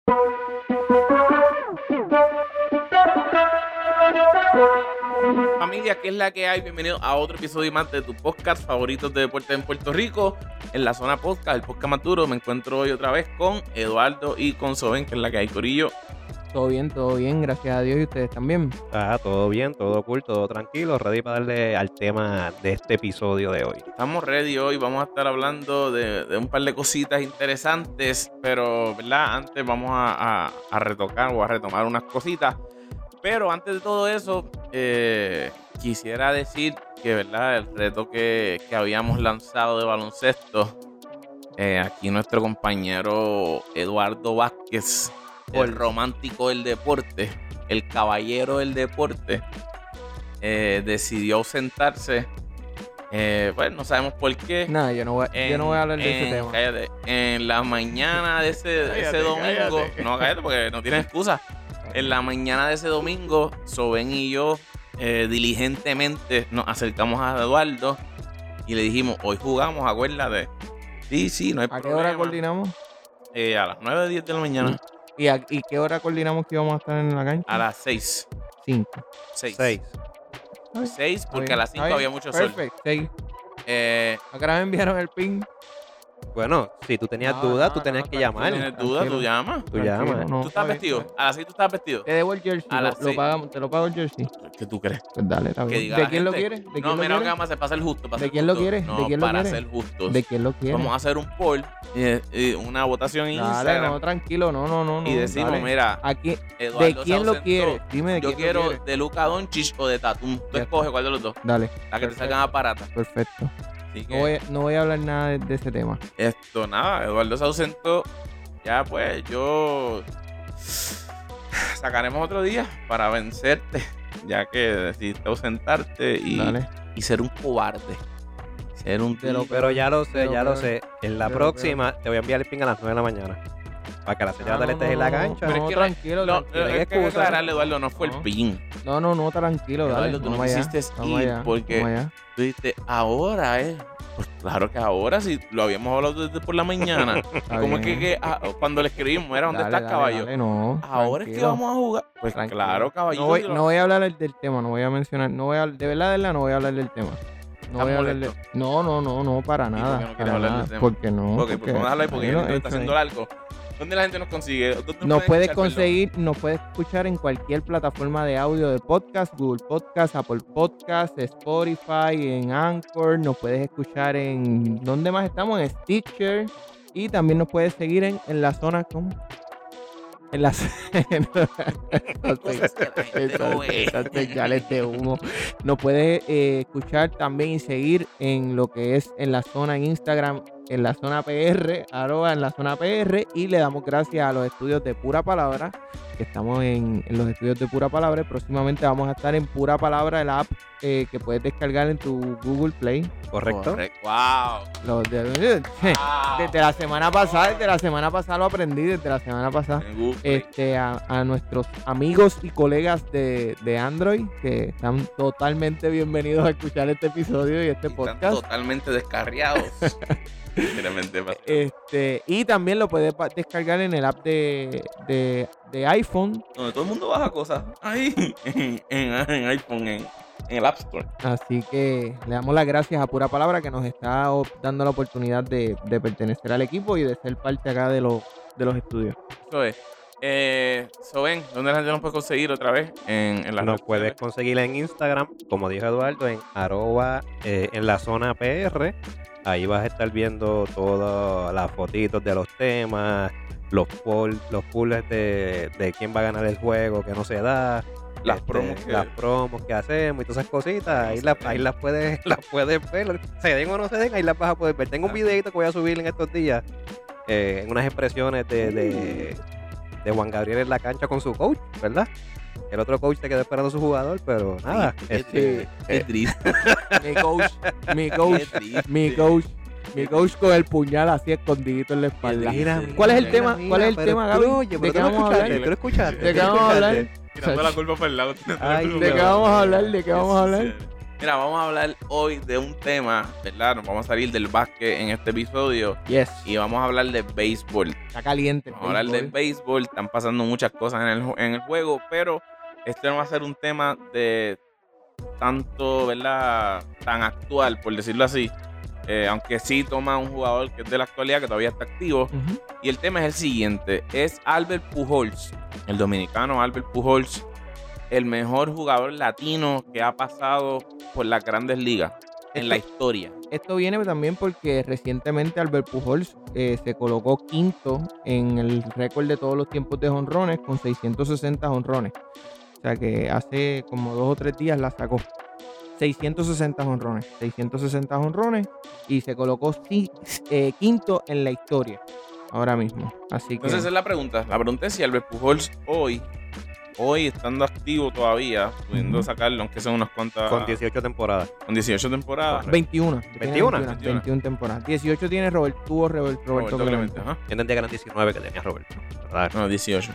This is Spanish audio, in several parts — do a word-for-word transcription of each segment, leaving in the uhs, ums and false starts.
Familia, ¿qué es la que hay? Bienvenido a otro episodio más de tu podcast favoritos de deportes en Puerto Rico, en la zona podcast, el podcast más duro. Me encuentro hoy otra vez con Eduardo y con Soben, que es la que hay, corillo. Todo bien, todo bien, gracias a Dios. ¿Y ustedes también? Ah, todo bien, todo cool, todo tranquilo, ready para darle al tema de este episodio de hoy. Estamos ready hoy, vamos a estar hablando de, de un par de cositas interesantes, pero, ¿verdad? Antes vamos a, a, a retocar o a retomar unas cositas. Pero antes de todo eso, eh, quisiera decir que, ¿verdad? El reto que, que habíamos lanzado de baloncesto, eh, aquí nuestro compañero Eduardo Vázquez, el romántico del deporte, el caballero del deporte, eh, decidió ausentarse. Eh, pues no sabemos por qué. Nada, yo no voy, en, yo no voy a hablar de en, ese tema. Cállate, en la mañana de ese, cállate, ese domingo, cállate. no cállate porque no tienes excusa. En la mañana de ese domingo, Soben y yo eh, diligentemente nos acercamos a Eduardo y le dijimos, hoy jugamos, acuérdate. Sí, sí, no hay ¿A problema. qué hora coordinamos? Eh, a las nueve, diez de la mañana. ¿Y, a, ¿Y qué hora coordinamos que íbamos a estar en la cancha? A las seis. Cinco. seis. Seis. seis, porque a las cinco había mucho Perfect. sol. Perfecto, seis. Eh, Acá me enviaron el pin. Bueno, si tú tenías No, dudas, no, tú tenías no, que tranquilo. llamar. ¿Tienes duda? Tranquilo. ¿Tú llamas? Tú llamas. No, ¿Tú estás vestido? A las seis tú estás vestido. Te debo el jersey. A Lo, las lo seis. pagamos, ¿Te lo pago el jersey? ¿Qué tú crees? Pues dale, está Que bien. diga ¿De la quién lo gente. quieres? ¿De No, quién lo mira, que quieres? vamos a hacer para ser justo. Para ¿De ser quién lo justo. quieres? No, ¿De quién lo para quieres? ser justos. ¿De quién lo quieres? Vamos a hacer un poll y, y una votación en Dale, Instagram. no, tranquilo, no, no, no. y no, decimos, dale. mira, ¿A quién- Eduardo ¿De se quién lo ausentó. quieres? Dime de Yo quién quiero lo quieres. de Luka Doncic o de Tatum. Tú Ya escoges está. cuál de los dos. Dale, La que te perfecto. salgan a parata. perfecto. Así que No voy, no voy a hablar nada de, de ese tema. esto, nada, Eduardo se ausentó. Ya pues, yo sacaremos otro día para vencerte, ya que decidiste ausentarte y, Dale. y ser un cobarde. Ser un Te lo- tipo. Pero ya lo sé, Pero, ya lo pero, sé. En la pero, próxima te voy a enviar el ping a las nueve de la mañana. Para que la señora Ah, tal no, estés no, en la no, cancha. Pero no, es que tranquilo, No, tranquilo. es que hay que excusa. aclararle, Eduardo, no fue No. el pin. No, no, no, tranquilo, dale. Eduardo, tú no vamos allá, quisiste vamos ir allá, porque- vamos allá. Tú dijiste, ahora, ¿eh? Pues claro que ahora, si lo habíamos hablado desde por la mañana. Está ¿Cómo es bien. que, que ah, cuando le escribimos era dónde Dale, estás, dale, caballo? dale, no, Ahora es que tranquilo, vamos a jugar. Pues tranquilo. claro, caballito. No voy, si lo- no voy a hablar del, del tema, no voy a mencionar, no voy a, de verdad, de verdad, no voy a hablar del tema. No ¿Estás voy a hablar de, molesto? no, no, no, no, para por nada. qué no quieres para hablar nada. del tema? ¿Por qué no? Ok, pues vamos a dejarlo ahí porque bueno, ya está eso haciendo es. largo. ¿Dónde la gente nos consigue? ¿Dónde Nos pueden puedes escuchar, perdón? conseguir, nos puedes escuchar en cualquier plataforma de audio de podcast, Google Podcast, Apple Podcast, Spotify, en Anchor, nos puedes escuchar en, ¿dónde más estamos? En Stitcher, y también nos puedes seguir en, en la zona, ¿cómo? En las Cosas que la gente no ve. señales de humo. Nos puedes eh, escuchar también y seguir en lo que es en la zona en Instagram, en la zona P R, arroba en la zona P R, y le damos gracias a los estudios de Pura Palabra, que estamos en, en los estudios de Pura Palabra, y próximamente vamos a estar en Pura Palabra, el app eh, que puedes descargar en tu Google Play. Correcto. Correcto. Wow. Los de- desde la semana pasada, desde la semana pasada lo aprendí, desde la semana pasada. En Google Play. Este, a, a nuestros amigos y colegas de, de Android, que están totalmente bienvenidos a escuchar este episodio y este Y están podcast. totalmente descarriados. Sinceramente, pastor. Este, y también lo puedes pa- descargar en el app de, de, de iPhone. Donde todo el mundo baja cosas. Ahí. En, en, en iPhone, en, en el App Store. Así que le damos las gracias a Pura Palabra, que nos está o- dando la oportunidad de, de pertenecer al equipo y de ser parte acá de los, de los estudios. Eso es. Eh, Soben, ¿dónde la gente nos puede conseguir otra vez? En, en las Nos redes puedes sociales. conseguir en Instagram, como dijo Eduardo, en arroba eh, en la zona P R. Ahí vas a estar viendo todas las fotitos de los temas, los poll, los pools de, de quién va a ganar el juego, que no se da, Las este, promos que- las promos que hacemos y todas esas cositas. Ahí, se las, ven. ahí las puedes, las puedes ver, se den o no se den, ahí las vas a poder ver. Tengo un Ah. videito que voy a subir en estos días, eh, en unas expresiones de, de, de Juan Gabriel en la cancha con su coach, ¿verdad? El otro coach se quedó esperando a su jugador, pero nada. Qué este, triste, qué triste. Mi coach, mi coach, Qué triste. mi coach, mi coach con el puñal así escondidito en la espalda. Mira, ¿Cuál es el mira, tema? ¿Cuál es el pero tema, tú, Gaby? oye, ¿De pero qué tú lo vamos a escuchaste, hablar? tú lo escuchaste. ¿De qué tú lo vamos a hablar? escuchaste. Tirando la culpa para el lado. ¿De qué vamos a hablar? ¿De qué vamos a hablar? Mira, vamos a hablar hoy de un tema, ¿verdad? Nos vamos a salir del básquet en este episodio Yes. y vamos a hablar de béisbol. Está caliente. el Vamos a hablar de béisbol. béisbol, están pasando muchas cosas en el, ju- en el juego, pero este no va a ser un tema de tanto, ¿verdad? Tan actual, por decirlo así. Eh, aunque sí toma un jugador que es de la actualidad, que todavía está activo. Ujú. Y el tema es el siguiente: es Albert Pujols, el dominicano Albert Pujols, el mejor jugador latino que ha pasado por las grandes ligas en la historia. Esto viene también porque recientemente Albert Pujols eh, se colocó quinto en el récord de todos los tiempos de jonrones con seiscientos sesenta jonrones. O sea que hace como dos o tres días la sacó. seiscientos sesenta jonrones. seiscientos sesenta jonrones y se colocó sí, eh, quinto en la historia ahora mismo. Así que Entonces esa es la pregunta. La pregunta es si Albert Pujols hoy, hoy estando activo todavía, pudiendo Ujú. sacarlo, aunque sean unas cuantas, Con dieciocho temporadas. con dieciocho temporadas. veintiuno. Tiene veintiuno. veintiuno, veintiuno temporadas. dieciocho tiene Robert, tuvo Robert, Roberto, Roberto Clemente. Clemente, ajá. Yo entendía que eran diecinueve que tenía Roberto. ¿Verdad? No, dieciocho.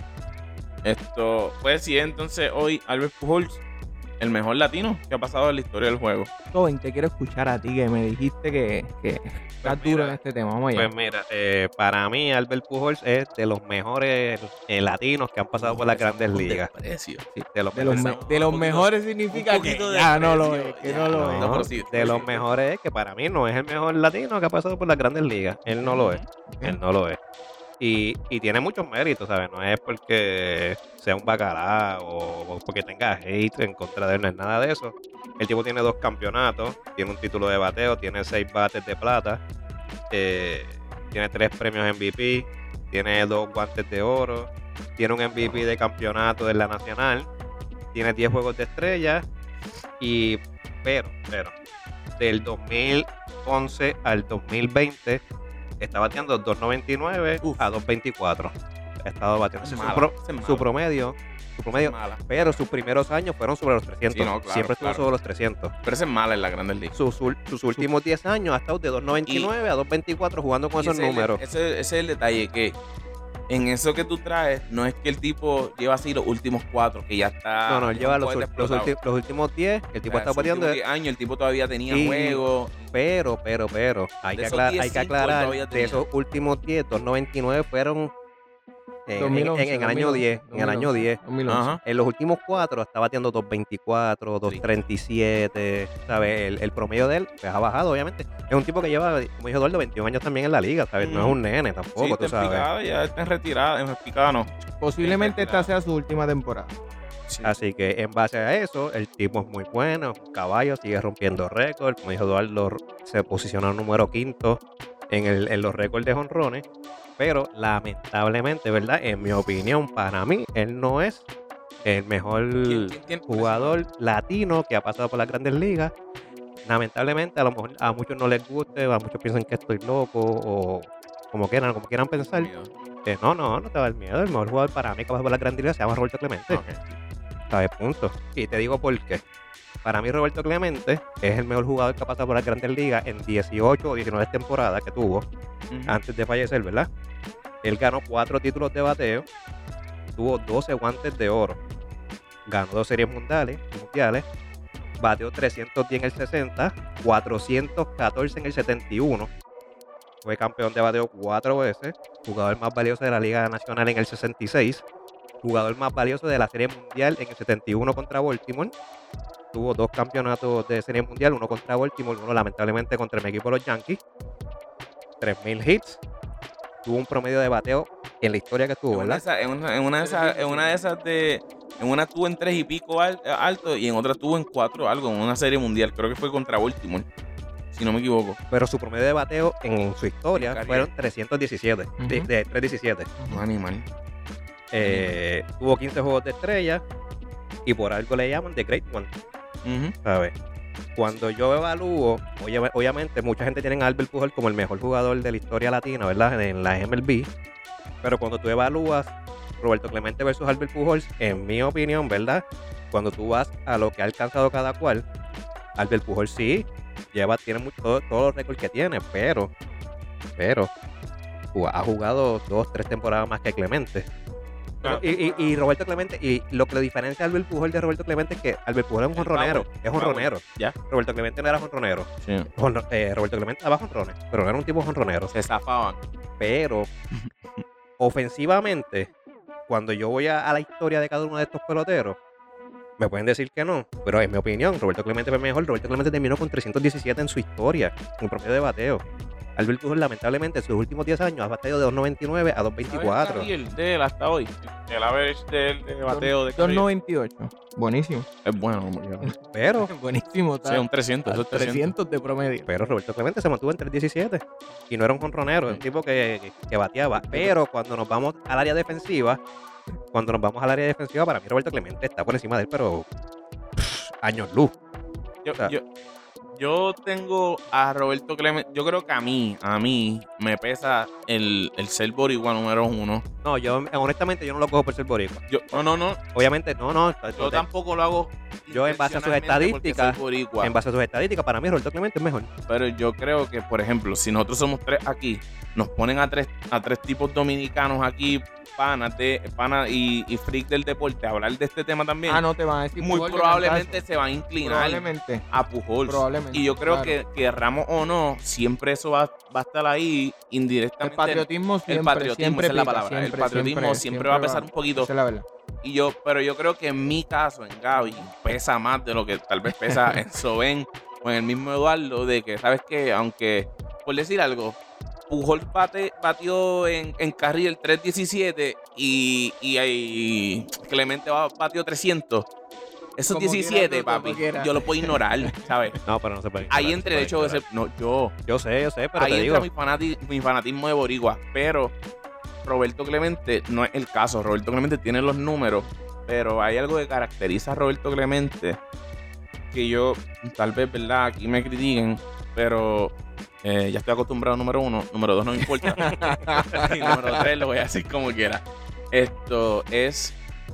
Esto, pues sí, entonces hoy Albert Pujols, el mejor latino que ha pasado en la historia del juego. Joven, te quiero escuchar a ti que me dijiste que, que estás duro mira, en este tema. Vamos allá. Pues mira, eh, para mí Albert Pujols es de los mejores eh, latinos que han pasado por las grandes ligas. Precio. Sí, de los de los, mejores. me- de los un poquito- mejores significa un que poquito de ya no lo precio, es, que ya, no lo no, es. no, No, pero sí, de sí, los sí. mejores es que para mí no es el mejor latino que ha pasado por las grandes ligas. Él no lo es. Él no lo es. Y, y tiene muchos méritos, ¿sabes? No es porque sea un bacalao o, o porque tenga hate en contra de él, no es nada de eso. El tipo tiene dos campeonatos, tiene un título de bateo, tiene seis bates de plata, eh, tiene tres premios M V P, tiene dos guantes de oro, tiene un M V P de campeonato de la nacional, tiene diez juegos de estrella y, pero, pero, del dos mil once al dos mil veinte está bateando dos noventa y nueve Uf. a dos veinticuatro. Ha estado bateando. Es Ese es mala, su, pro- ese es su mala. promedio, su promedio, Mala. pero sus primeros años fueron sobre los trescientos. Sí, no, claro, Siempre estuvo claro. sobre los trescientos. Pero ese es mala en las grandes ligas. Sus, ul- sus últimos diez años ha estado de dos noventa y nueve a dos veinticuatro jugando con Y esos ese es el- números. ese, ese es el detalle, que en eso que tú traes, no es que el tipo lleva así los últimos cuatro, que ya está. no, no, él ya lleva un los, poeta ul- los, explotado. ulti- los últimos diez, el tipo O sea, está sus bateando. últimos diez años, el tipo todavía tenía Y- juego. Pero, pero, pero, hay De que, esos aclar- diez, hay que cinco él aclarar, todavía de tenía. esos últimos diez, dos noventa y nueve fueron en, dos en- mil once, en- en el año dos mil once, diez. En el año diez. dos mil once. Ajá. En los últimos cuatro está bateando dos veinticuatro, dos treinta y siete, ¿sabes? El, el promedio de él pues, ha bajado, obviamente. Es un tipo que lleva, como dijo Eduardo, veintiún años también en la liga, ¿sabes? No es Ujú. un nene tampoco, Sí, tú está en sabes. picada, ya está en retirada, en picada no. Posiblemente Retirado. esta sea su última temporada. Sí. Así que en base a eso, el tipo es muy bueno, es un caballo, sigue rompiendo récords. Como dijo Eduardo, se posiciona número quinto en, el, en los récords de jonrones. Pero lamentablemente, ¿verdad? En mi opinión, para mí, él no es el mejor ¿Quién- quién- quién- jugador latino que ha pasado por las grandes ligas. Lamentablemente, a lo mejor a muchos no les guste, a muchos piensan que estoy loco o como quieran, como quieran pensar. Eh, no, no, no te da el miedo. El mejor jugador para mí que pasa por las grandes ligas se llama Roberto Clemente. Ok. ¿Sabes? Punto. Y te digo por qué. Para mí, Roberto Clemente es el mejor jugador que ha pasado por las grandes ligas en dieciocho o diecinueve temporadas que tuvo Ujú. antes de fallecer, ¿verdad? Él ganó cuatro títulos de bateo, tuvo doce guantes de oro, ganó dos series mundiales, mundiales bateó trescientos diez en el sesenta, cuatrocientos catorce en el setenta y uno, fue campeón de bateo cuatro veces, jugador más valioso de la Liga Nacional en el sesenta y seis, jugador más valioso de la Serie Mundial en el setenta y uno contra Baltimore. Tuvo dos campeonatos de Serie Mundial, uno contra Baltimore, uno lamentablemente contra el equipo de los Yankees. tres mil hits. Tuvo un promedio de bateo en la historia que tuvo, En una, de ¿verdad? esas, en, una, en una de esas, en una de esas de. En una estuvo en tres y pico al- alto y en otra estuvo en cuatro algo, en una serie mundial. Creo que fue contra Baltimore, si no me equivoco. Pero su promedio de bateo en su historia En carrera. fueron trescientos diecisiete. de, Ujú. de trescientos diecisiete. No, animal. Eh, tuvo quince juegos de estrella y por algo le llaman The Great One, Ujú. ¿sabes? Cuando yo evalúo, obvia- obviamente mucha gente tiene a Albert Pujols como el mejor jugador de la historia latina, ¿verdad? En la M L B. Pero cuando tú evalúas Roberto Clemente versus Albert Pujols, en mi opinión, ¿verdad? Cuando tú vas a lo que ha alcanzado cada cual, Albert Pujols sí lleva, tiene mucho, todo- todos los récords que tiene, pero, pero ju- ha jugado dos, tres temporadas más que Clemente. Pero, y, y, y Roberto Clemente, y lo que lo diferencia a Albert Pujol de Roberto Clemente es que Albert Pujol es un El jonronero, power, es jonronero. Ya. Roberto Clemente no era jonronero. Sí. Jonro- eh, Roberto Clemente daba jonrones, pero no era un tipo jonronero. Se zafaban. Pero ofensivamente, cuando yo voy a, a la historia de cada uno de estos peloteros, me pueden decir que no, pero en mi opinión, Roberto Clemente fue mejor. Roberto Clemente terminó con trescientos diecisiete en su historia, en promedio de bateo. Albert Pujol, lamentablemente, en sus últimos diez años ha bateado de dos noventa y nueve a dos veinticuatro. ¿Sabes el carril de él hasta hoy? El average del de bateo de dos carril. noventa y ocho. Buenísimo. Es bueno. como quiera. Pero, Buenísimo. Sí, un trescientos. Eso es trescientos. trescientos de promedio. pero Roberto Clemente se mantuvo en tres diecisiete y no era un jonronero, era un tipo que, que, que bateaba. Pero cuando nos vamos al área defensiva, cuando nos vamos al área defensiva, para mí Roberto Clemente está por encima de él, pero pff, años luz. Yo, O sea, yo, yo tengo a Roberto Clemente. Yo creo que a mí, a mí, me pesa el, el ser boricua número uno. No, yo honestamente yo no lo cojo por ser boricua. Yo, no, no, no. Obviamente, no, no. Yo tampoco lo hago. Yo en base a sus intencionalmente porque estadísticas, soy boricua. En base a sus estadísticas, para mí Roberto Clemente es mejor. Pero yo creo que, por ejemplo, si nosotros somos tres aquí, nos ponen a tres, a tres tipos dominicanos aquí, panas de, pana y, y freak del deporte, a hablar de este tema también. Ah, no te van a decir muy Pujol de probablemente cantazo. se van a inclinar Probablemente. a Pujol. Probablemente. Y yo creo claro. que, querramos o no, siempre eso va, va a estar ahí El indirectamente. patriotismo siempre, el patriotismo, siempre esa es la pica, palabra. siempre, el patriotismo siempre, siempre va a pesar un poquito. Esa es la verdad. Y yo, pero yo creo que en mi caso, en Gaby, pesa más de lo que tal vez pesa en Soben o en el mismo Eduardo, de que, ¿sabes qué? Aunque, por decir algo, Pujol bate, batió en, en carril el tres diecisiete y, y, y Clemente batió trescientos. Esos Como diecisiete, quiera, como papi, quiera. yo lo puedo ignorar, ¿sabes? No, pero no se puede. Ahí ignorar, entre no el se puede hecho de ser. No, yo. ignorar. Yo sé, yo sé, pero Ahí te entra digo. mi, fanati- mi fanatismo de Boricua. Pero Roberto Clemente no es el caso. Roberto Clemente tiene los números, pero hay algo que caracteriza a Roberto Clemente que yo, tal vez, ¿verdad? Aquí me critiquen, pero eh, ya estoy acostumbrado a número uno. Número dos no me importa. Y número tres lo voy a decir como quiera. Esto es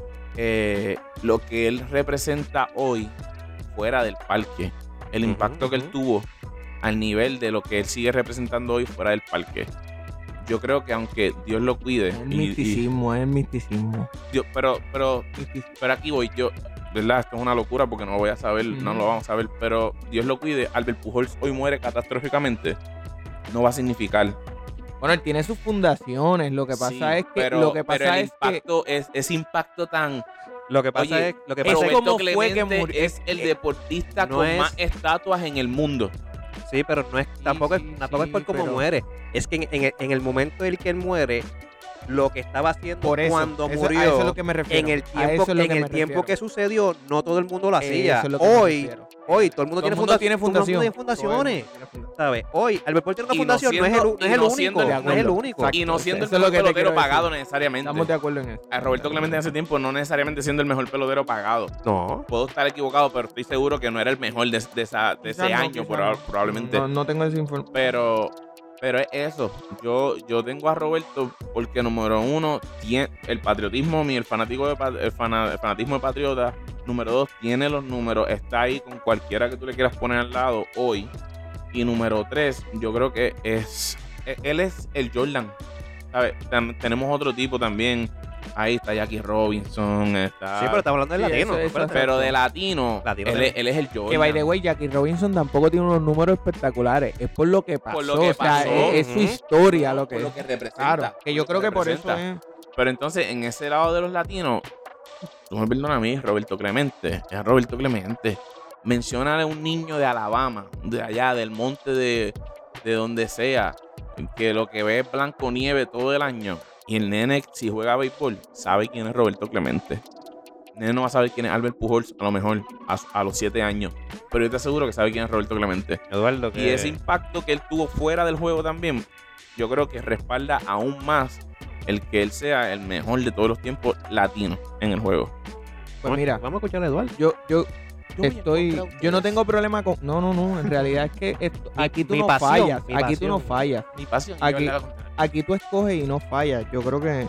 eh, lo que él representa hoy fuera del parque. El Ujú, impacto que él ujú. tuvo al nivel de lo que él sigue representando hoy fuera del parque. Yo creo que aunque Dios lo cuide, Es el y- y- misticismo, es el misticismo. Dios- pero, pero, Misticismo. pero aquí voy yo, ¿verdad? Esto es una locura porque no lo voy a saber, no Ujú. lo vamos a saber, pero Dios lo cuide, Albert Pujols hoy muere catastróficamente, no va a significar. Bueno, él tiene sus fundaciones. Lo que pasa Sí, es que pero, lo que pero pasa el es que impacto es ese impacto tan. Lo que pasa Oye, es, lo que es pasa es, Roberto como fue que Clemente murió. es el Eh, deportista no con es- más estatuas en el mundo. sí, pero no es, tampoco, sí, es, tampoco sí, es por cómo pero- muere. Es que en, en el, en el momento en el que él muere, lo que estaba haciendo por eso, cuando eso- murió, a eso es lo que me refiero. en el A tiempo, eso es lo en que el me tiempo refiero. que sucedió, no todo el mundo lo hacía. Eso es lo que me Hoy, refiero. hoy todo el mundo Todo tiene, el mundo funda- tiene todo el mundo fundación. tiene fundaciones. ¿Sabes? Hoy, Albert Pujols tiene una Y no fundación, no, es siendo- el, no y es el no único. siendo- No es el acuerdo. único. Exacto. Y no siendo Eso el es lo mejor que te pelotero quiero decir. pagado necesariamente. Estamos de acuerdo en eso. A Roberto Clemente en ese tiempo no necesariamente siendo el mejor pelotero pagado. No. Puedo estar equivocado, pero estoy seguro que no era el mejor de, de esa, de ese Quizás no, año, quizás proba- no. probablemente. No, no tengo esa información. Pero, pero es eso. Yo, yo tengo a Roberto porque, número uno, tiene el patriotismo, mi, el, fanático de, pa- el, fana- el fanatismo de patriota. Número dos, tiene los números. Está ahí con cualquiera que tú le quieras poner al lado hoy. Y número tres, yo creo que es. e- Él es el Jordan. ¿Sabes? Tam- tenemos otro tipo también. Ahí está Jackie Robinson. Está, Sí, pero estamos hablando del Sí, latino. eso- eso- acuérdate. pero de latino, Latino él, de- es, él es el Jordan. Que by the way, Jackie Robinson tampoco tiene unos números espectaculares. Es por lo que pasó. Por lo que o sea, pasó. es, es su Ujú. historia lo que Por es. lo que representa. Claro, que yo por lo creo que por eso representa. es. Pero entonces, en ese lado de los latinos, tú me perdonas a mí, Roberto Clemente. Es Roberto Clemente. Menciónale a un niño de Alabama, de allá, del monte de, de donde sea, que lo que ve es blanco nieve todo el año. Y el nene, si juega béisbol, sabe quién es Roberto Clemente. El nene no va a saber quién es Albert Pujols, a lo mejor, a, a los siete años. Pero yo te aseguro que sabe quién es Roberto Clemente. Eduardo, que Y ese impacto que él tuvo fuera del juego también, yo creo que respalda aún más el que él sea el mejor de todos los tiempos latino en el juego. Pues Vamos- mira, Vamos a escuchar a Eduardo. yo, yo voy en estoy. contra de Yo no ustedes. tengo problema con. No, no, no. En realidad es que esto- Mi- aquí tú mi no pasión, fallas. mi Aquí tú no pasión. fallas. Mi pasión. Aquí- llevarla a la contraria. Aquí tú escoges y no fallas. Yo creo que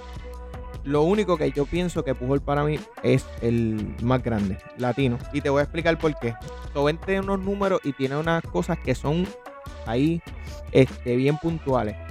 lo único que yo pienso que Pujol para mí es el más grande, latino. Y te voy a explicar por qué. Soben tiene unos números y tiene unas cosas que son ahí este, bien puntuales.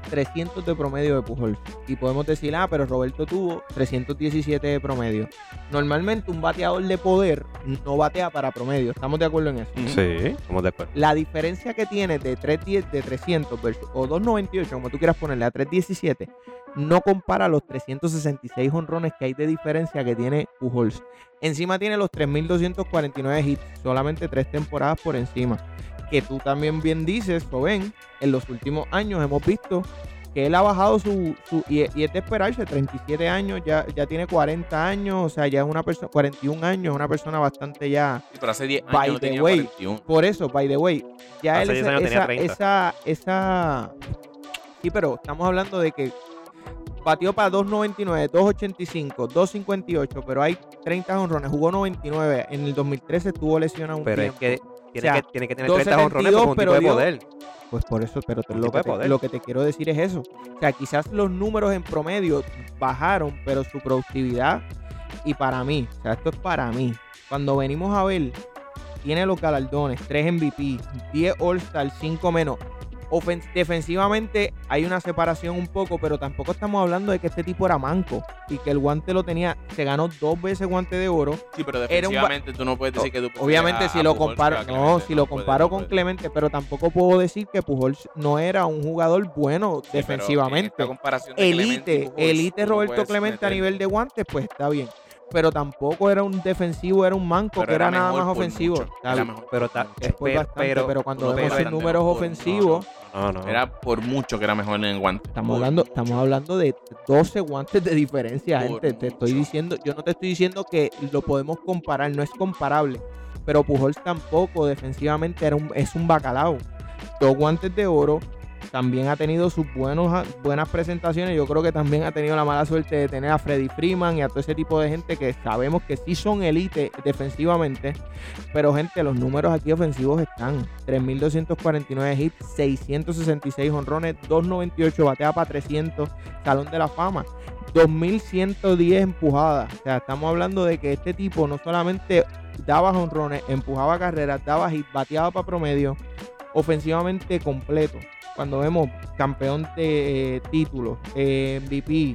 trescientos de promedio de Pujols. Y podemos decir, ah, pero Roberto tuvo trescientos diecisiete de promedio. Normalmente un bateador de poder no batea para promedio. ¿Estamos de acuerdo en eso? Sí, estamos de acuerdo. La diferencia que tiene de, tres diez, de trescientos versus, o dos noventa y ocho, como tú quieras ponerle, a tres diecisiete, no compara los trescientos sesenta y seis honrones que hay de diferencia que tiene Pujols. Encima tiene los tres mil doscientos cuarenta y nueve hits, solamente tres temporadas por encima. Que tú también bien dices, o ven, en los últimos años hemos visto que él ha bajado su, su y, y es de esperarse, treinta y siete años, ya, ya tiene cuarenta años, o sea, ya es una persona, cuarenta y un años, una persona bastante ya. Sí, pero hace diez by años the tenía way, cuarenta y uno. Por eso, by the way, ya Hace él diez esa, años tenía esa, treinta. esa, esa, sí, pero estamos hablando de que batió para dos noventa y nueve, dos ochenta y cinco, dos cincuenta y ocho, pero hay treinta honrones, jugó noventa y nueve, en el dos mil trece estuvo lesionado un Pero es tiempo. que tiene, O sea, que tiene que tener dos treinta honrones setenta y dos, como un pero tipo de dio- poder. Pues por eso, pero te- Un lo, tipo que de te, poder. lo que te quiero decir es eso. O sea, quizás los números en promedio bajaron, pero su productividad, y para mí, o sea, esto es para mí, cuando venimos a ver, tiene los galardones, tres M V P, diez All-Star, cinco menos. Ofen- defensivamente hay una separación un poco, pero tampoco estamos hablando de que este tipo era manco y que el guante lo tenía, se ganó dos veces guante de oro. Sí, pero Era un ba- defensivamente tú no puedes decir que tú prefieres Obviamente a- si a lo Pujols comparo, que a no, Clemente. si lo puede, comparo no con puede. Clemente, pero tampoco puedo decir que Pujols no era un jugador bueno Sí, pero en defensivamente. esta comparación de Clemente y Elite, Pujols, elite tú no Roberto puedes Clemente a meter- nivel de guantes, pues está bien. Pero tampoco era un defensivo, era un manco Pero que era, era nada mejor más por ofensivo. mucho, Está era bien. mejor Pero, por ta- mucho. Es por pero, bastante, pero, pero cuando no, vemos pero sus números mejor, ofensivos, no, no. Era por mucho que era mejor en el guante. estamos Por hablando, mucho. estamos hablando de doce guantes de diferencia, Por gente. Te estoy mucho. diciendo, yo no te estoy diciendo que lo podemos comparar, no es comparable. Pero Pujols tampoco defensivamente era un, es un bacalao. Dos guantes de oro. También ha tenido sus buenos, buenas presentaciones. Yo creo que también ha tenido la mala suerte de tener a Freddie Freeman y a todo ese tipo de gente que sabemos que sí son elite defensivamente. Pero, gente, los números aquí ofensivos están: tres mil doscientos cuarenta y nueve hits, seiscientos sesenta y seis honrones, dos noventa y ocho batea para trescientos, Salón de la Fama, dos mil ciento diez empujadas. O sea, estamos hablando de que este tipo no solamente daba honrones, empujaba carreras, daba hits, bateaba para promedio, ofensivamente completo. Cuando vemos campeón de eh, títulos, eh, M V P,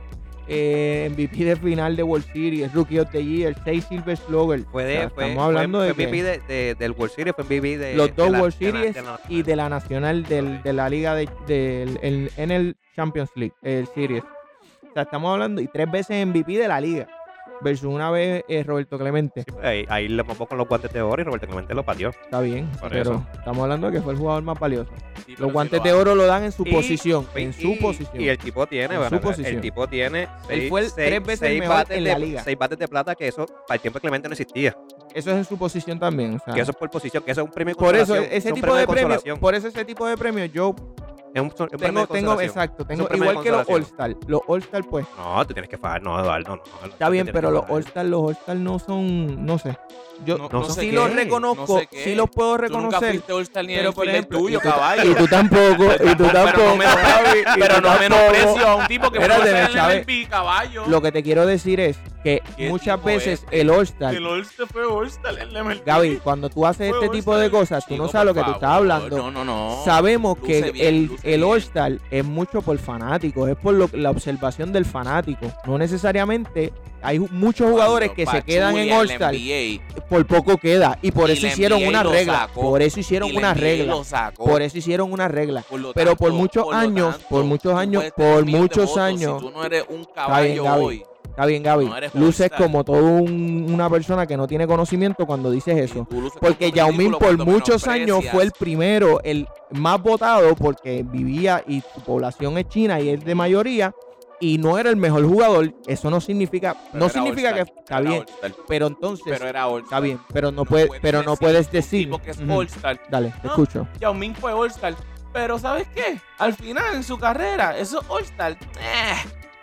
eh, M V P de final de World Series, Rookie of the Year, seis Silver Slugger. Fue O de, sea, fue, estamos hablando fue, de fue que M V P de, de- del World Series, fue M V P de los dos de la- World de la- Series de la- y de la nacional del, Ok. de la liga de, del el- en el Champions League, el Series. O sea, estamos hablando, y tres veces M V P de la liga, versus una vez eh, Roberto Clemente. Sí, pues, ahí, ahí le mamó con los guantes de oro y Roberto Clemente lo pateó. Está bien, Por pero eso. estamos hablando de que fue el jugador más valioso. Sí, pero Los si guantes lo de hace. oro lo dan en su Y- posición, en Y- su posición. Y el tipo tiene, En bueno, su posición. el tipo tiene Él fue el tres veces el mejor bates en de, la liga. seis bates de plata, que eso para el tiempo de Clemente no existía. Eso es en su posición también. O sea, Que eso es por posición, que eso es un premio de por eso, consolación. ese es un tipo de premios, consolación. por eso ese tipo de premios, yo Es un, es un premio tengo, de tengo, consolación. exacto, Es tengo, un premio de igual que los consolación. All-Star. Los All-Star, pues, No, tú tienes que fajar, no, Eduardo, no. está bien, pero los All-Star, los All-Star no son, no sé. Yo No- no sí sé los qué, reconozco, no sé qué. sí los puedo Tú nunca reconocer. fuiste All-Star ni Pero, el por field ejemplo, tuyo, y tú- caballo. Y tú tampoco, y tú Pero no tampoco. me- Javi, y Pero tú no tampoco. menosprecio a un tipo que Espérate, puede ser el Chávez. M V P, caballo. Lo que te quiero decir es que ¿Qué muchas tipo veces este? el All-Star, El All-Star fue All-Star, el M V P. Gaby, cuando tú haces Fue este tipo de All-Star. cosas, tú no Chico, sabes lo por que tú estás favor, hablando. No, no, no. Sabemos que Luce bien, el, luce el bien. All-Star es mucho por fanáticos, es por lo- la observación del fanático. No necesariamente hay ju- muchos jugadores Cuando que se Pachulia quedan en el All-Star, N B por poco queda. Y por Y eso la hicieron N B A una lo regla. sacó. Por eso hicieron Y la una N B A regla. lo sacó. Por eso hicieron una regla. Por lo Pero tanto, por muchos por lo años, tanto, por muchos tú años, puedes tener por millones de muchos votos. años. Si tú no eres un bien, caballo Gaby. hoy. Está bien, Gaby. No eres Luces All-Star. como todo un- una persona que no tiene conocimiento cuando dices eso. y tú luces como Porque un Yao Ming ridículo por cuando muchos años menosprecias. fue el primero, el más votado porque vivía y su población es china y es de mayoría y no era el mejor jugador. Eso no significa, Pero no era significa que All-Star, está era bien, All-Star, pero entonces Pero era All-Star. está bien, pero no puedes, pero no puedes decir. Un tipo que es Ujú. All-Star. Dale, te No. escucho. Yao Ming fue All-Star. Pero ¿sabes qué? Al final, en su carrera, esos All-Star, eh,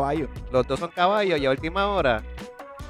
caballos. Los dos son caballos y a última hora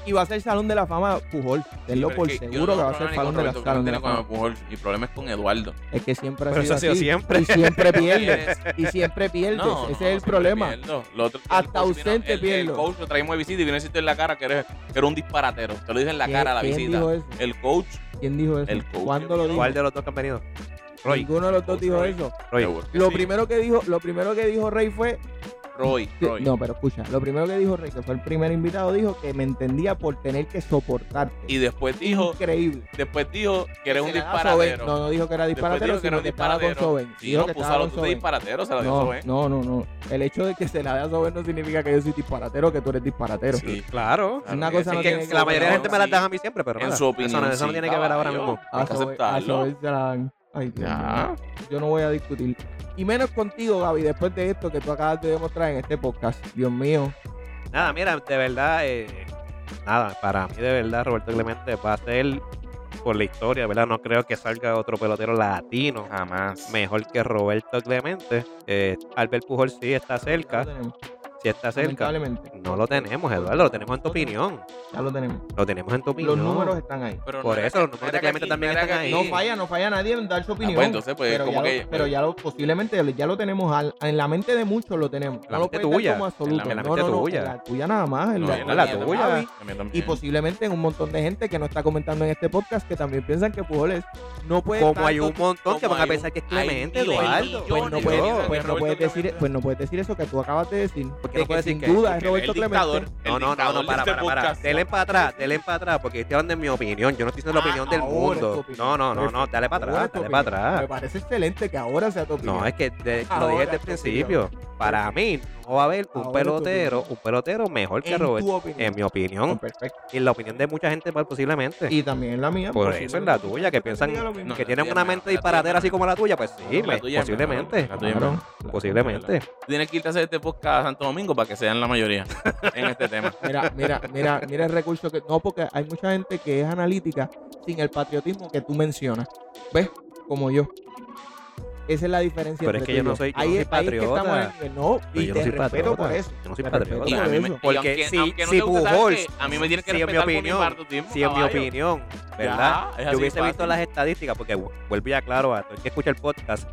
Y va a ser Salón de la Fama Pujols. Tenlo Sí, por pero es que yo seguro no que va a tengo ser problema Salón de ni la con Salón de la Roberto, Fama. con Pujols. Mi problema es con Eduardo. Es que siempre ha Pero sido eso ha sido así. siempre. Y siempre pierdes. Tienes- Y siempre pierdes. No, no, Ese es el siempre problema. pierdo. Lo otro- el Hasta coach vino- ausente el- pierdo. El coach lo traímos de visita y viene a decirte en la cara que eres, que eres un disparatero. Te lo dice en la ¿Quién- cara a la quién visita. dijo eso? El coach. ¿Quién dijo eso? El coach ¿Cuándo que lo vino. dijo? ¿Cuál de los dos que han venido? Roy. Ninguno de los dos Coach dijo Roy. eso. Roy. Seguro que Lo sí. primero que dijo, lo primero que dijo Rey fue Roy, que- Roy. no, pero escucha, lo primero que dijo Rey, que fue el primer invitado, dijo que me entendía por tener que soportarte. Y después dijo, Increíble. después dijo que eres un Se le da a disparatero. Soben. No, no dijo que era Después disparatero, dijo que era sino un que estaba con disparatero. Soben. Sí, Dijo no, que puso estaba a los con dos de Soben. disparatero, se la dio No, Soben. no, no, no. El hecho de que se la dé a Soben no significa que yo soy disparatero, que tú eres disparatero. Sí. Claro. Claro Una que cosa sí. no Es que tiene que la ver mayoría de con la gente me otra. las dan a mí siempre, pero En nada. su opinión, Eso no, eso no sí, tiene que ver ahora caballo. mismo. A Hay que Soben- a aceptarlo. Soben se la dan. Ay, Dios Ya. mío. Yo no voy a discutir. Y menos contigo, Gaby, después de esto que tú acabas de demostrar en este podcast. Dios mío. Nada, mira, de verdad, eh, nada, para mí de verdad Roberto Clemente va a ser por la historia, ¿verdad? No creo que salga otro pelotero latino Jamás. mejor que Roberto Clemente. Eh, Albert Pujols sí está Ya cerca, lo tenemos. sí está cerca. Lamentablemente. No lo tenemos, Eduardo, lo tenemos en tu opinión. Ya lo tenemos. Lo tenemos en tu opinión. Los números están ahí. Pero Por no era eso que- los números no de era que Clemente aquí- también no era están que ahí. No aquí- falla, no falla nadie en dar su opinión. pues entonces, pues, pero como ya que- lo, pero ya lo posiblemente ya lo tenemos al- en la mente de muchos lo tenemos. La no lo mente puedes dar tuya, como absoluto. en la no, mente no, no, tuya. en la tuya nada más, en No, la, en en la la mía de tuya. Gaby, A mí también. y posiblemente en un montón de gente que no está comentando en este podcast que también piensan que Pujols no puede Como tanto- hay un montón que como van a hay pensar un- que es hay Clemente, miles, Eduardo. millones pues no, de puedes, gente pues, que no puedes Roberto decir, Clemente- pues no puedes decir eso que tú acabas de decir. ¿Por qué de no que puedes sin decir que- duda es que Roberto el dictador, Clemente. No, no, no, dictador no, de para, este para, para. podcast. Dele para atrás, dele para atrás, porque estoy hablando de mi opinión. Yo no estoy diciendo la Ah, opinión del ahora es tu mundo. opinión. No, no, no, no, Perfecto. dale para Ahora atrás, es tu dale para opinión. Me atrás. parece excelente que ahora sea tu opinión. No, es que de- lo Ahora dije desde el tu principio. Para mí no va a haber un Ahora es tu pelotero, opinión. un pelotero mejor que En tu Roberto. opinión. En mi opinión. Perfecto. Y en la opinión de mucha gente pues, posiblemente. Y también en la mía. Por eso es la tuya, que piensan diga lo mismo. que No, tienen la una tuya mente es mejor, la disparatera tuya así como la tuya, pues sí, La pues, tuya es posiblemente. mejor, la tuya es Claro. mejor. Posiblemente. Tú tienes que irte a hacer este podcast a Santo Domingo para que sean la mayoría en este tema. Mira, mira, mira, mira el recurso que. No, porque hay mucha gente que es analítica sin el patriotismo que tú mencionas. ¿Ves? Como yo. Esa es la diferencia. Pero es entre que yo tú y no soy- yo no ahí soy es- ahí es que estamos patriota. en el nivel. No, Pero y yo te no soy respeto patriota. por eso. Yo no soy Te patriota. respeto Y a por mí me- eso. y Porque aunque, si- aunque no si te guste, ¿sabes Pujols- qué? A mí me tienes que si en mi respetar por mi opinión, patriotismo, Si en mi caballo. opinión, ¿verdad? Ya, es Yo así hubiese fácil. visto las estadísticas, porque vu- vuelvo ya claro a todo el que escucha el podcast,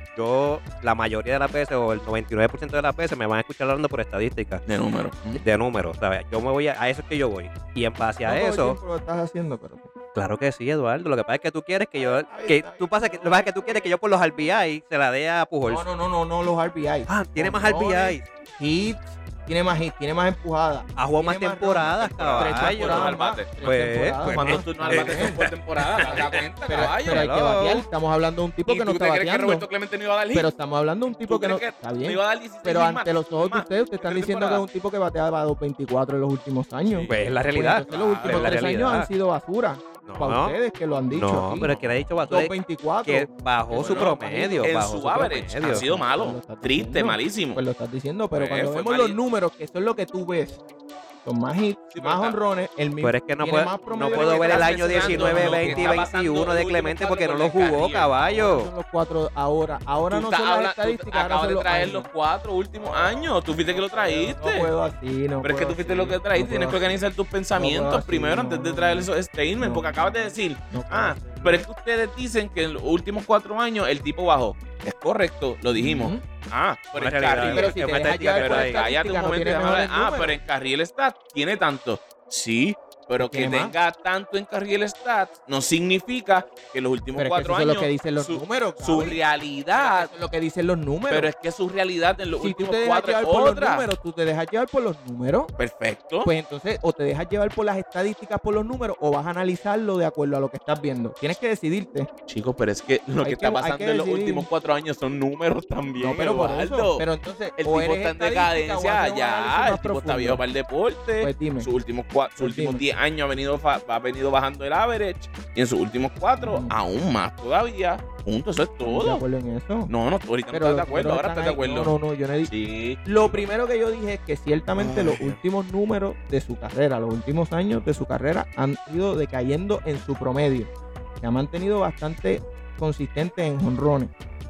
yo la mayoría de las veces, o el noventa y nueve por ciento de las veces, me van a escuchar hablando por estadísticas, De número. de números, ¿sabes? Yo me voy a, a eso es que yo voy. Y en base a No todo el eso, tiempo lo estás haciendo, pero. claro que sí, Eduardo. Lo que pasa es que tú quieres que yo, Está bien, que está tú pasa que, lo que pasa es que tú quieres que yo por los R B I se la dé a Pujols. No, no, no, no, no, los R B I. Ah, tiene más R B I. Hits, tiene más hits, tiene más empujadas. Ha jugado más tiene temporadas, Tres caballo. temporadas al más, bate. tres Pues, temporadas. pues, ¿Cuántos eh, turnos al bate eh, son por temporada? Da cuenta, Pero, caballo. pero hay que hello. batear. Estamos hablando de un tipo ¿Y que no tú está te crees que bateando. Roberto Clemente no iba a dar hit? Pero estamos hablando de un tipo ¿Tú que no. crees que Está no bien. iba a dar dieciséis Pero hits ante más? los ojos de Más. ustedes, ustedes están ¿Tres diciendo que es temporadas? un tipo que bateaba dos veinticuatro en los últimos años. Pues es la Pues realidad. entonces los últimos Es la tres años realidad. han sido basura. Para No, ustedes que lo han dicho. no, aquí. pero es que le ha dicho basura dos veinticuatro. que bajó su Bueno, promedio. En bajó su su average promedio. ha sido malo. Pues lo estás Triste, diciendo. malísimo. Pues lo estás diciendo, pero Pues, cuando fue vemos los mali- números, que eso es lo que tú ves, son más hits, Sí, pero más está- honrones, el mismo. Pero es que no, tiene puedo, más no promedio puedo que ver el estás año mencionando, diecinueve, lo que veinte y está pasando veintiuno de últimos Clemente cuatro porque no con lo el jugó, Carrillo. caballo. Son los cuatro ahora. Ahora Tú no estás son las habla- tú estadísticas, ahora acabas son de los traer años. los cuatro últimos años. Tú fuiste que lo traíste. No puedo así, no Pero es que puedo tú fuiste así, lo que traíste. no Tienes que puedo organizar tus pensamientos así, primero no, antes de no, traer no. esos statements. No. Porque acabas de decir, no puedo ah, así. pero es que ustedes dicen que en los últimos cuatro años el tipo bajó. Es correcto, lo dijimos. Ujú. Ah, pero Una en realidad. Carriel. Pero si es te una dejas estadística llevar que por no hay. Cállate un estadística, no momento y tienes déjame mejores hablar. Ah, números. pero en Carriel Stat tiene tanto. Sí, pero que ¿Tiene más? tenga tanto en Carriel Stat no significa que los últimos Pero es que cuatro eso es años lo que dicen los su, números. su Gaby. realidad. Eso es lo que dicen los números. Pero es que su realidad en los si tú últimos te dejas cuatro llevar es por los otra. números, tú te dejas llevar por los números. Perfecto. Pues entonces, o te dejas llevar por las estadísticas, por los números, o vas a analizarlo de acuerdo a lo que estás viendo. Tienes que decidirte. Chicos, pero es que lo Hay que que- está hay pasando que en los decidir. últimos cuatro años son números también. No, pero por eso. Eduardo. Pero entonces, El o tipo está está en decadencia ya. El tipo está viejo para el deporte. Pues dime. Sus últimos cuatro, sus Pues últimos dime. diez años ha venido, fa- ha venido bajando el average. Y en sus últimos cuatro, Mm. aún más todavía. Punto, eso es ¿Estás de todo. acuerdo en eso? No, no, ahorita Pero no estás de los acuerdo. números Ahora están estás de ahí. acuerdo. No, no, no, yo no he dicho. Sí. Lo primero que yo dije es que ciertamente Ay. los últimos números de su carrera, los últimos años de su carrera han ido decayendo en su promedio. Se ha mantenido bastante consistente en jonrones.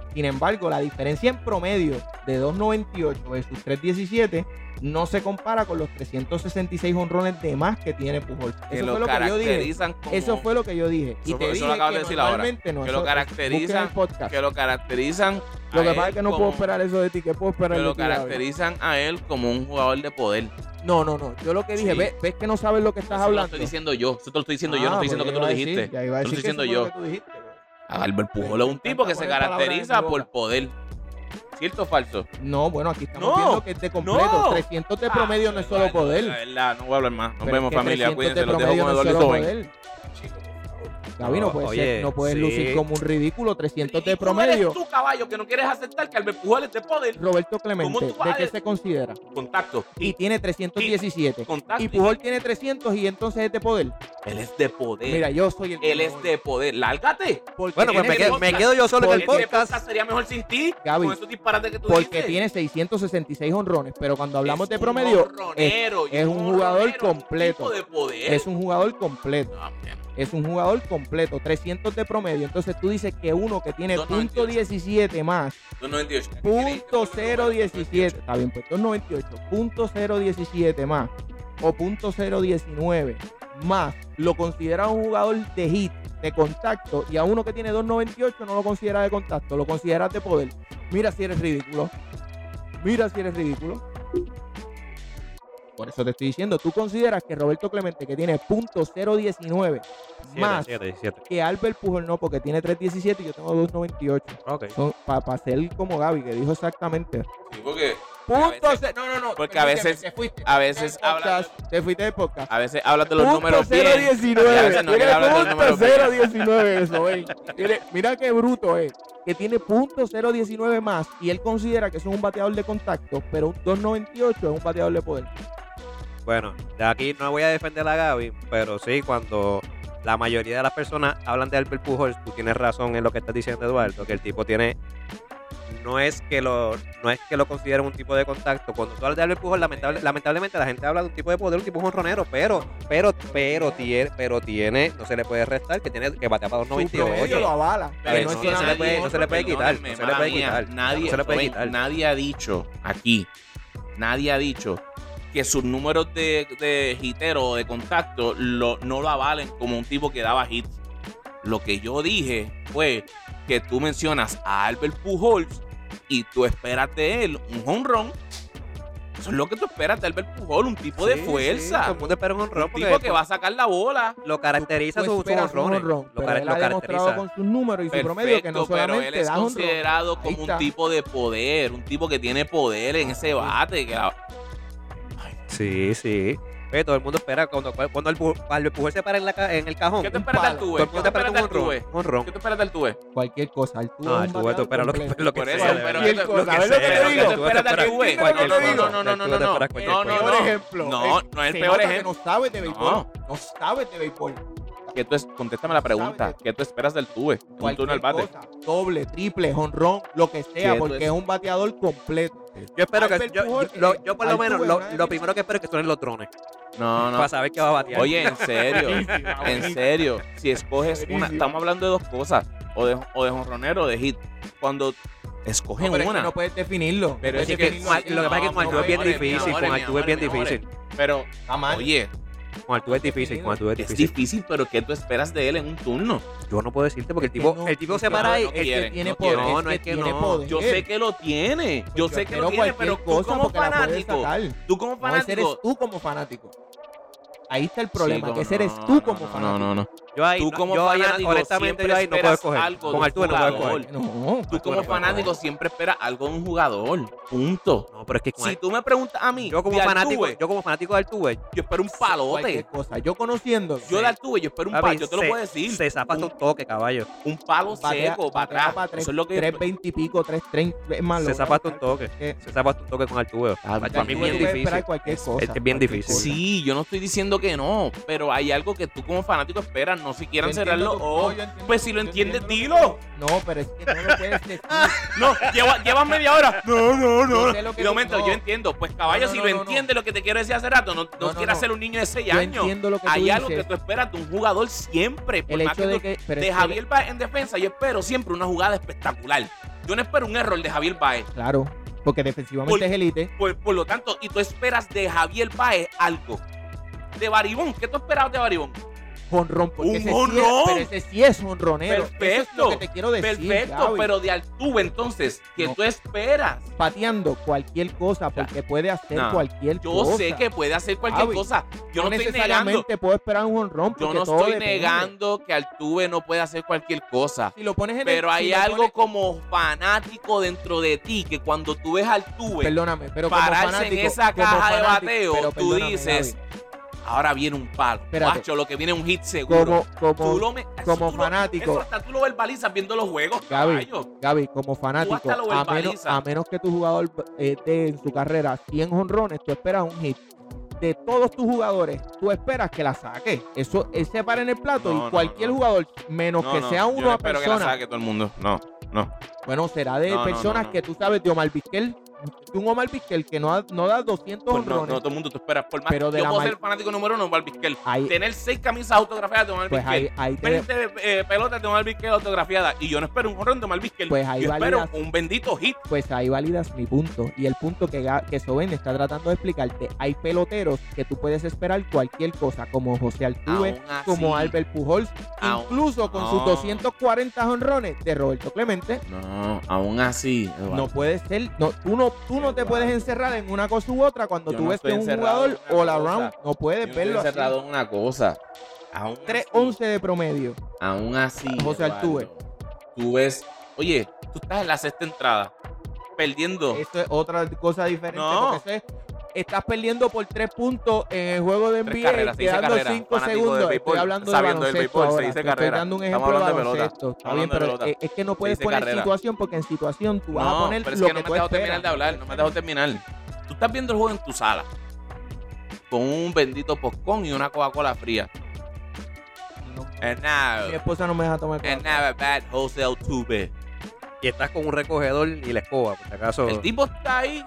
Sin embargo, la diferencia en promedio de dos noventa y ocho versus tres diecisiete no se compara con los trescientos sesenta y seis honrones de más que tiene Pujols. Que Eso lo fue lo que yo dije. caracterizan como- Eso fue lo que yo dije. Y Eso te fue- eso dije lo acabas de que decir ahora. normalmente no. Que eso- lo caracterizan- busquen el podcast. que lo caracterizan Lo a que pasa él es que no como- puedo esperar eso de ti. ¿Qué puedo esperar que de lo ti, Gaby? caracterizan a él como un jugador de poder. No, no, no. Yo lo que dije, Sí. ¿ves, ves que no sabes lo que estás Eso lo hablando? estoy diciendo yo. Eso te lo estoy diciendo yo. No Ah, estoy diciendo pues que tú lo ya iba a dijiste. decir, ya iba a Eso lo decir estoy que diciendo eso fue yo. lo que tú dijiste, güey. Albert Pujol es un Me tipo que se encanta poner palabras en caracteriza mi por boca. poder. ¿Cierto o falso? No, bueno, aquí estamos No, viendo que es de completo. no. trescientos de promedio Ah, no es solo la poder. verdad, no voy a hablar más. Nos Pero vemos, es que familia. trescientos Cuídense. de Los dejo promedio con no es Eduardo solo Joven. poder. Gaby, no No, puedes, oye, ser- no puedes sí. lucir como un ridículo. trescientos de Ridículo promedio. eres tú, caballo, que no quieres aceptar que Albert Pujol es de poder. Roberto Clemente, ¿Cómo tú vas ¿de a qué decir? se considera? Contacto. Y tiene trescientos diecisiete. Contacto. Y Pujol tiene trescientos y entonces es de poder. Él es de poder. Mira, yo soy el Él es de poder. Lárgate. Porque Bueno, pues tiene me quedo, me podcast. quedo yo solo en el Este podcast. podcast sería mejor sin ti. Gaby, con esos disparates que tú Porque dices. tiene seiscientos sesenta y seis honrones, pero cuando hablamos Es de un promedio, es, honronero, y es un jugador honronero, completo. Un tipo de poder. es un jugador completo. Ah, man. Es un jugador completo, trescientos de promedio. Entonces tú dices que uno que tiene dos noventa y ocho. punto diecisiete más, dos noventa y ocho. punto cero diecisiete, está bien, pues dos noventa y ocho, punto cero diecisiete más o punto cero diecinueve más, lo considera un jugador de hit, de contacto, y a uno que tiene dos noventa y ocho no lo considera de contacto, lo consideras de poder. Mira si eres ridículo. Mira si eres ridículo. Por eso te estoy diciendo, tú consideras que Roberto Clemente, que tiene punto cero diecinueve más siete, siete. que Albert Pujol, no, porque tiene tres diecisiete y yo tengo dos noventa y ocho. Ok. Para ser como Gaby, que dijo exactamente. Sí, porque Punto a veces- ce- no, no, no. porque a permíteme, veces- te fuiste. a veces Te fuiste del habla- podcast, Te fuiste del podcast. a veces hablas de los Punto números cero bien. diecinueve. y a veces no Tiene quieres hablar de los punto números cero bien. diecinueve eso, ey. Mire, mira qué bruto es. Que tiene punto cero diecinueve más y él considera que eso es un bateador de contacto, pero un dos noventa y ocho es un bateador de poder. Bueno, de aquí no voy a defender a Gaby, pero sí, cuando la mayoría de las personas hablan de Albert Pujols, tú tienes razón en lo que estás diciendo, Eduardo, que el tipo tiene... No es que lo no es que lo consideren un tipo de contacto. Cuando tú hablas de Albert Pujols, lamentable, lamentablemente la gente habla de un tipo de poder, un tipo jonronero, pero, pero, pero tiene, pero tiene, no se le puede restar que tiene que batear para dos noventa y Su promedio ocho. lo avala. Pero que no, es no se le solamente puede- un no se le puede quitar, Perdónenme, no se le mala puede mía, quitar, Nadie, no se le puede Rubén, quitar. nadie ha dicho aquí, nadie ha dicho que sus números de, de hitero o de contacto lo- no lo avalen como un tipo que daba hits. Lo que yo dije fue que tú mencionas a Albert Pujols y tú esperas de él un jonrón. Eso es lo que tú esperas de Albert Pujols, un tipo de Sí, sí, fuerza. todo el mundo espera un honrón un porque tipo que va a sacar la bola. lo caracteriza Tú su, su esperas un honrones. honrón, Lo, pero cara- él lo ha demostrado caracteriza. con sus números y su promedio que no Perfecto, pero él solamente es da honrón. considerado Ahí como un está. tipo de poder, un tipo que tiene poder en ese bate. Que la- Sí, sí. Oye, todo el mundo espera cuando, cuando el, pu- Albert Pujols se para en, la, ca- en el cajón. ¿Qué te un esperas palo. del Todo tuve? el ¿Qué mundo te espera esperas un del honrón. tuve? honrón. ¿Qué te esperas del tuve? Cualquier cosa. El tubo No, es el un tuve, tú esperas lo que, bateador lo que Por sea. eso, de pero verdad. cualquier ¿qué te- cosa, lo que ¿sabes lo que sea, te ¿qué digo? te esperas del Cualquier tuve? cosa, No, no, cualquier no, cosa. no, no, no, Tú no, te no. esperas cualquier No, no, cosa. Peor no. ejemplo. No, Eh, no es el se peor nota que ejemplo. no sabes de béisbol. No. No sabes de béisbol. ¿Qué tú es- contéstame la pregunta. ¿Sabes? ¿Qué tú esperas del tuve? Un Cualquier turno al bate. cosa, doble, triple, jonrón, lo que sea, ¿Qué porque tú es un bateador completo. Yo espero que. Albert Yo, Pujols, yo- lo- eh, yo por lo Altuve, menos, lo, una lo primero que espero es que suenen los drones. No, no. Para saber que va a batear. Oye, en serio. En serio. Si escoges una. Buenísimo. Estamos hablando de dos cosas. O de, o de jonronero o de hit. Cuando escogen No, pero es que una. no puedes definirlo. Pero No es puedes que definirlo con- así. lo que pasa es que con No, Altuve es bien mi amor, mi difícil. amor, Con mi Altuve es bien amor, mi amor. difícil. Pero, Está mal. oye, Con Altuve es difícil. Con Altuve es es difícil. difícil, pero ¿qué tú esperas de él en un turno? Yo no puedo decirte porque el Es que tipo, no, el tipo es se que para no, ahí. no es que quieren, tiene no poder, quieren. No, no es que tiene no. poder. Yo sé que lo tiene. Yo Pues sé que espero lo tiene, cualquier pero tú cosa como porque la puedes fanático, sacar. tú como No, ese eres fanático, tú como fanático. Ahí está el problema, Chico, que ese eres no, tú no, como no, fanático. No, no, no. Yo ahí, Tú como yo ahí, fanático honestamente, siempre yo ahí no puedo esperas escoger. algo Con de Altuve un no puedo jugador. escoger. No, Tú como fanático siempre esperas algo de un jugador. Punto. No, pero es que con Si tú me preguntas a mí, yo como de fanático, Altuve, yo como fanático de Altuve, yo espero un cualquier palote. cosa. Yo conociéndolo. Yo de Altuve, yo espero un papi, palo. Yo te lo se- puedo decir. se zapa hasta un toque, caballo. Un palo batea- seco para batea atrás. para tres- Eso es lo que tres veinte y pico, tres treinta. Es más, Se lo- zapa hasta un toque. que- Se zapa hasta un toque con Altuve. Ah, Para mí es Altuve bien tú puedes esperar difícil. cualquier Es- cosa, es que es bien cualquier difícil. cosa. Sí, yo no estoy diciendo que no, pero hay algo que tú como fanático esperas, no si quieran Yo entiendo cerrarlo tu- o no, yo entiendo pues tu- si lo yo entiendes, entiendo lo dilo. que- No, pero es que no lo puedes decir. No, lleva, llevas media hora. No, no, Yo no. sé lo que Y de tú- momento, no. yo entiendo. Pues caballo, No, no, si no, lo no, no. entiende lo que te quiero decir hace rato, no, no, No, no, quieras no. ser un niño de seis Yo años. entiendo lo que tú Hay algo dices. que tú esperas de un jugador siempre. Por El más hecho que de tú- que... pero de es que- Javier va en defensa, yo espero siempre una jugada espectacular. Yo no espero un error de Javier Baez. Claro, porque defensivamente Por- es elite. Por, por lo tanto, y tú esperas de Javier Baez algo. De Baribón, ¿qué tú esperabas de Baribón? Jonrón, porque ¡Un ese jonrón! sí es, pero ese sí es jonronero. Eso es Perfecto. lo que te quiero decir, Perfecto, Gaby. pero de Altuve, entonces, ¿qué No. tú esperas? Pateando cualquier cosa, porque puede hacer No. cualquier Yo cosa. sé que puede hacer cualquier Gaby, cosa. Yo no, no estoy negando. necesariamente puedo esperar un jonrón, Yo porque no todo estoy depende. negando que Altuve no puede hacer cualquier cosa. Si lo pones en el- Pero si hay lo algo pones- como fanático dentro de ti que cuando tú ves a Altuve Perdóname, pero como pararse fanático, en esa como caja de fanático, bateo, pero tú perdóname, dices, Gaby, ahora viene un palo. Espérate. Guacho, lo que viene es un hit seguro. como, Tú como, lo me- eso como tú lo- fanático. Eso hasta tú lo verbalizas viendo los juegos, Gaby, caballo. Gaby, como fanático, hasta lo a menos, verbalizas. a menos que tu jugador eh, dé en su carrera cien jonrones, tú esperas un hit. De todos tus jugadores, tú esperas que la saque. Eso él se para en el plato No, y no, cualquier no. jugador, menos No, que no, sea yo uno no a espero que la persona. saque todo el mundo. No, no. Bueno, será de No, no, personas no, no. que tú sabes de Omar Vizquel, de un Omar Vizquel que no, ha- no da doscientos Pues no, honrones. no, todo el mundo tú esperas. Por más Pero de yo la puedo ma- ser fanático número uno de Omar Vizquel. Ahí- Tener seis camisas autografiadas de Omar Pues ahí, Vizquel. ahí te- veinte eh, pelotas de Omar Vizquel autografiadas. Y yo no espero un jonrón de Omar Vizquel. Pues ahí yo espero validas- un bendito hit. pues ahí validas mi punto. Y el punto que, Ga- que Soben está tratando de explicarte, hay peloteros que tú puedes esperar cualquier cosa, como José Altuve, Aún así, como Albert Pujols, Aún- incluso con sus no. doscientos cuarenta jonrones de Roberto Clemente. No, aún así. No puede ser, no, tú no, tú no te puedes encerrar en una cosa u otra cuando Yo tú no ves que estoy un encerrado jugador en una all around, cosa. no puedes Yo verlo estoy así. encerrado en una cosa. Aún tres así, once de promedio. Aún así. José Eduardo, Altuve. Tú ves. Oye, tú estás en la sexta entrada. Perdiendo. Eso es otra cosa diferente. No. Porque eso es- estás perdiendo por tres puntos en el juego de Tres N B A, carreras, se dice quedando carrera. cinco Fanático del segundos. béisbol, Estoy hablando de sabiendo del baloncesto béisbol, se ahora. dice Te estoy carrera. dando un Estamos ejemplo de hablando de pelota. baloncesto. Está Estamos bien, hablando de pero pelota. es, es que no puedes dice poner carrera. situación porque en situación tú vas a No, poner pero es lo que que no tú me dejo esperas. terminar de hablar, no me dejo terminar. Tú estás viendo el juego en tu sala con un bendito popcorn y una Coca-Cola fría. No, And now, mi esposa no me deja tomar and Coca-Cola. now a bad José Altuve. Y estás con un recogedor y la escoba, por si acaso. El tipo está ahí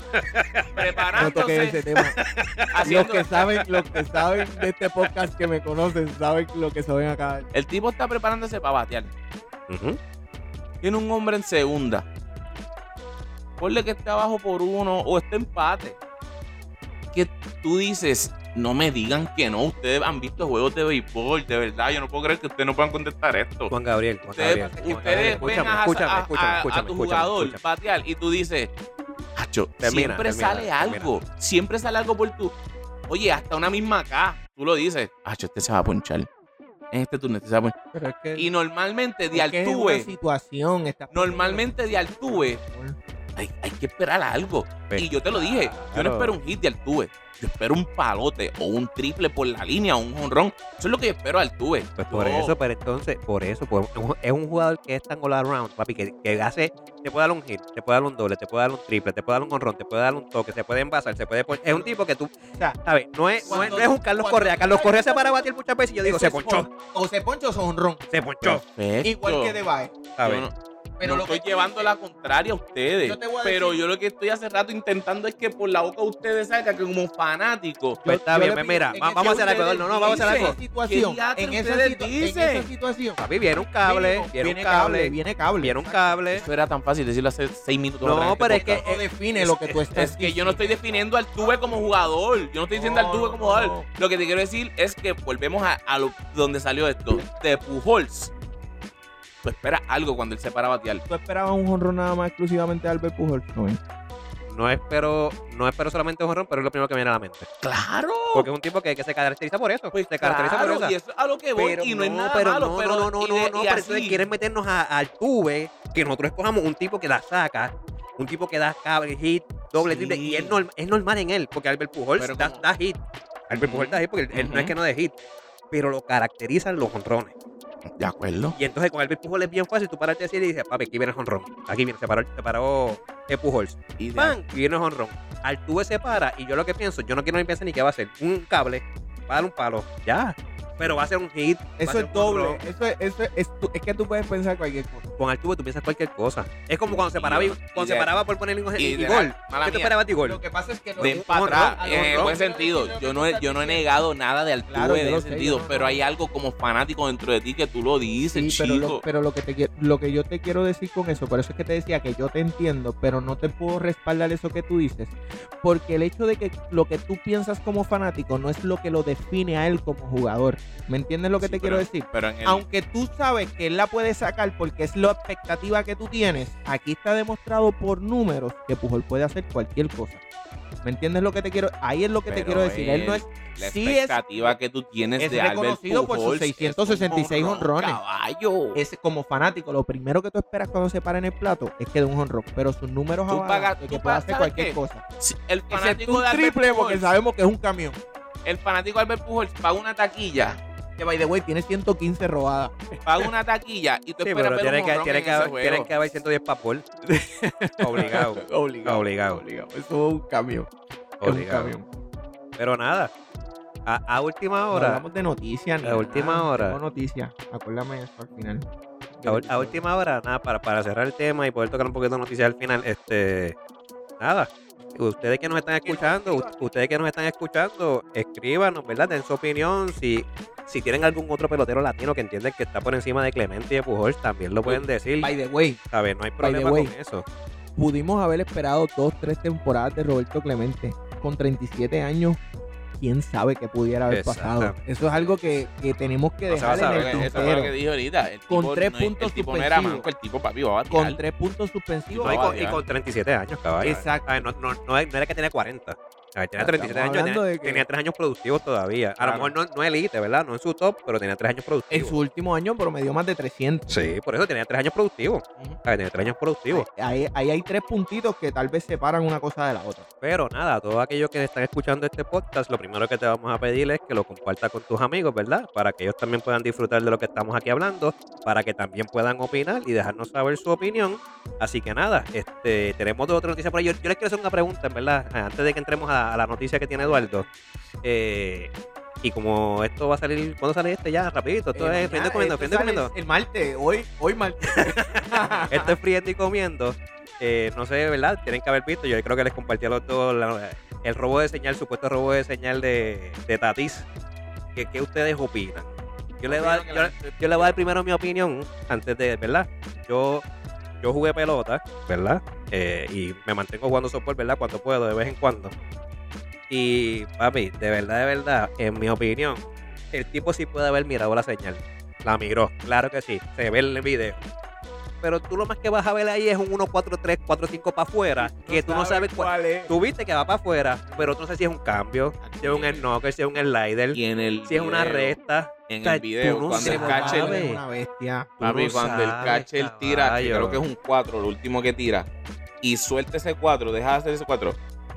No toques ese preparándose, tema. Los haciendo, que saben, los que saben de este podcast que me conocen saben lo que se ven acá. el tipo está preparándose para batear. Ujú. Tiene un hombre en segunda. Ponle que esté abajo por uno o esté empate. Que tú dices, no me digan que no. Ustedes han visto juegos de béisbol, de verdad. Yo no puedo creer que ustedes no puedan contestar esto. Juan Gabriel, Juan Ustedes, Gabriel. Juan ustedes Gabriel, ven escúchame, a, escúchame, a- escúchame, a- a escúchame, tu escúchame, jugador escúchame. batear y tú dices, Acho, Termina, siempre termina, sale termina. algo. Siempre sale algo por tu. Oye, hasta una misma acá. Tú lo dices, Acho, este se va a ponchar. En este turno este se va a ponchar. Pero es que, Y normalmente de es que es una Altuve, situación. estás normalmente de Altuve, hay, hay que esperar algo. Pues, Y yo te lo dije, yo no claro. espero un hit de Altuve. Yo espero un palote o un triple por la línea o un jonrón. Eso es lo que yo espero de Altuve. Pues por Yo- eso, pero entonces, por eso, pues, es un jugador que es tan all around, papi, que, que hace, te puede dar un hit, te puede dar un doble, te puede dar un triple, te puede dar un honrón, te puede dar un toque, se puede envasar, se puede poner. Es un tipo que tú, O sea, ¿sabes? No es, no es, Cuando- no es un Carlos cuando- Correa. Carlos Correa se para a batir muchas veces y yo digo, ese se es ponchó, hon- O se ponchó o honrón. se ponchó. Perfecto. Igual que de Baez. ¿Sabes? Yo no, Pero no lo que estoy tú llevando dices- la contraria a ustedes. Yo te voy a pero decir- yo lo que estoy hace rato intentando es que por la boca de ustedes salga que como fanático. Pues está yo bien, le pues pido- mira, en va- ese vamos a hacer algo. ustedes No, no, vamos a hacer dicen. algo. esa situación, ¿Qué diatre en esa, ustedes situ- en dicen? esa situación, Papi, viene un cable, mínimo, viene un cable, viene cable. viene un cable. Eso era tan fácil decirlo hace seis minutos. No, atrás en este pero es que- podcast. No define lo que tú estás Es que yo no estoy definiendo al Tuve como jugador. Yo no estoy diciendo al Tuve como No, jugador. Lo que te quiero decir es que volvemos a, a lo, donde salió esto. De Pujols. Tú esperas algo cuando él se para a batear. ¿Tú esperabas un jonrón nada más exclusivamente de Albert Pujols? No, ¿eh? No espero, no espero solamente un jonrón, pero es lo primero que me viene a la mente. ¡Claro! Porque es un tipo que, que se caracteriza por eso. Pues se caracteriza claro, por eso. y eso es a lo que voy. Pero y no, es nada pero malo. no, pero, no, no, y no, de- no, y pero así. entonces quieren meternos a- al Tuve, que nosotros escojamos un tipo que la saca, un tipo que da cable, hit, doble, Sí. triple, y es, norm- es normal en él, porque Albert Pujols Pero da, como- da hit. Albert Pujols da hit porque él, él no es Ujú. que no dé hit, pero lo caracterizan los jonrones. De acuerdo. Y entonces con Albert Pujols es bien fácil, tú pararte así y dices, papi, aquí viene el jonrón, aquí viene, se paró, se paró el Pujols. Y de- ¡Pam! Y viene el jonrón. Altuve se para y yo lo que pienso, yo no quiero ni pensar ni qué va a hacer. Un cable, va a dar un palo, ya. pero va a ser un hit. Eso es doble. Eso es, eso es, es, es que tú puedes pensar cualquier cosa. Con Altuve tú piensas cualquier cosa. Es como cuando se paraba, y, cuando se paraba por ponerle un y y, de gol. la- mala ¿Qué te mía. esperabas de gol? Lo que pasa es que lo De que- para atrás, a lo- en el no, buen no, sentido. no, Yo no, no, he- no, yo no he no, negado nada de Altuve Claro, yo en lo ese sé, sentido, yo no, pero no. hay algo como fanático dentro de ti que tú lo dices, Sí, pero, chico. lo, pero lo, que te, qui- lo que yo te quiero decir con eso, por eso es que te decía que yo te entiendo, pero no te puedo respaldar eso que tú dices, porque el hecho de que lo que tú piensas como fanático no es lo que lo define a él como jugador. ¿Me entiendes lo que Sí, te pero- quiero decir? Pero en el, Aunque tú sabes que él la puede sacar porque es la expectativa que tú tienes, aquí está demostrado por números que Pujol puede hacer cualquier cosa. ¿Me entiendes lo que te quiero? Ahí es lo que te pero quiero decir. Él no es la sí es- expectativa que tú tienes es de Albert reconocido por sus Pujols es seiscientos sesenta y seis un honrones. Caballo. es como fanático, lo primero que tú esperas cuando se para en el plato es que de un honrón, pero sus números Tú avalan pagas- de tú que puede pagas- hacer ¿sabes cualquier qué? cosa. Sí, el Excepto fanático un de Albert triple porque Pujols, sabemos que es un camión. el fanático de Albert Pujols paga una taquilla, Que by the way tiene ciento quince robadas. paga una taquilla y tú Sí, esperas pero ver tiene un que, jonrón tiene, en que ese haber, juego. tienen que haber ciento diez para Paul. Obligado. Obligado. Obligado. Eso es un camión. Es un Obligado. camión. Pero nada. A, a última No hora. hablamos de noticias. ni A de última nada, hora. tengo noticias. Acuérdame eso al final. A, ul- a última hora, nada, para, para cerrar el tema y poder tocar un poquito de noticias al final, este, nada, ustedes que nos están escuchando, u- ustedes que nos están escuchando, escríbanos, ¿verdad? Den su opinión, si, si tienen algún otro pelotero latino que entienden que está por encima de Clemente y de Pujols, también lo pueden decir, By the way, ¿sabes? No hay the problema way. con eso. pudimos haber esperado dos, tres temporadas de Roberto Clemente. Con treinta y siete años, quién sabe qué pudiera haber pasado. Exactamente. Eso es algo que, que tenemos que No se va a dejar en saber, el Eso fue lo que tintero. dije ahorita. El Con tipo tres no- puntos El tipo no era suspensivos. manco, el tipo papi va a Con batear. tres puntos suspensivos. No, y, va a con, y batear. con treinta y siete años, caballo. Exacto. ¿Sabes? No, no, no, no era que tenía cuarenta. A ver, tenía Estamos treinta y siete años, hablando tenía, de que- tenía tres años productivos todavía. A Claro. lo mejor no, no elite, ¿verdad? No en su top, pero tenía tres años En productivos. su último año promedió más de trescientos. Sí, por eso tenía tres años productivos. Ujú. ¿Sabes? Tenía tres años productivos. Ahí, ahí hay tres puntitos que tal vez separan una cosa de la otra. Pero nada, a todos aquellos que están escuchando este podcast, lo primero que te vamos a pedir es que lo compartas con tus amigos, ¿verdad? Para que ellos también puedan disfrutar de lo que estamos aquí hablando, para que también puedan opinar y dejarnos saber su opinión. Así que nada, este, tenemos dos otras noticias por ahí. Yo, yo les quiero hacer una pregunta, en verdad, antes de que entremos a, a la noticia que tiene Eduardo. Eh, y como esto va a salir, ¿cuándo sale este ya? Rapidito, esto Eh, es friendo y ya, comiendo, esto friendo y sale comiendo. El martes, hoy, hoy martes. Esto es friendo y comiendo. Eh, no sé, ¿verdad? Tienen que haber visto. Yo creo que les compartí a los dos la- el robo de señal, supuesto robo de señal de, de Tatis. ¿Qué, ¿Qué ustedes opinan? Yo le, voy a, yo, yo le voy a dar primero mi opinión antes de, ¿verdad? Yo, yo jugué pelota, ¿verdad? Eh, y me mantengo jugando softball, ¿verdad? Cuando puedo, de vez en cuando. Y, papi, de verdad, de verdad, en mi opinión, el tipo sí puede haber mirado la señal. La miró, claro que sí. Se ve en el video. Pero tú lo más que vas a ver ahí es un uno cuatro tres, cuatro cinco para afuera, que tú no sabes cuál. es. Tú viste que va para afuera, pero tú no sé si es un cambio, si es un snocker, si es un slider, Y en el si es una video, recta. En O sea, el video, tú no cuando el sabes. catcher, sabes. Es una bestia. Tú papi, no cuando el sabes, catcher tira, que caballo. creo que es un cuatro, lo último que tira, y suelta ese cuatro, deja de hacer ese cuatro.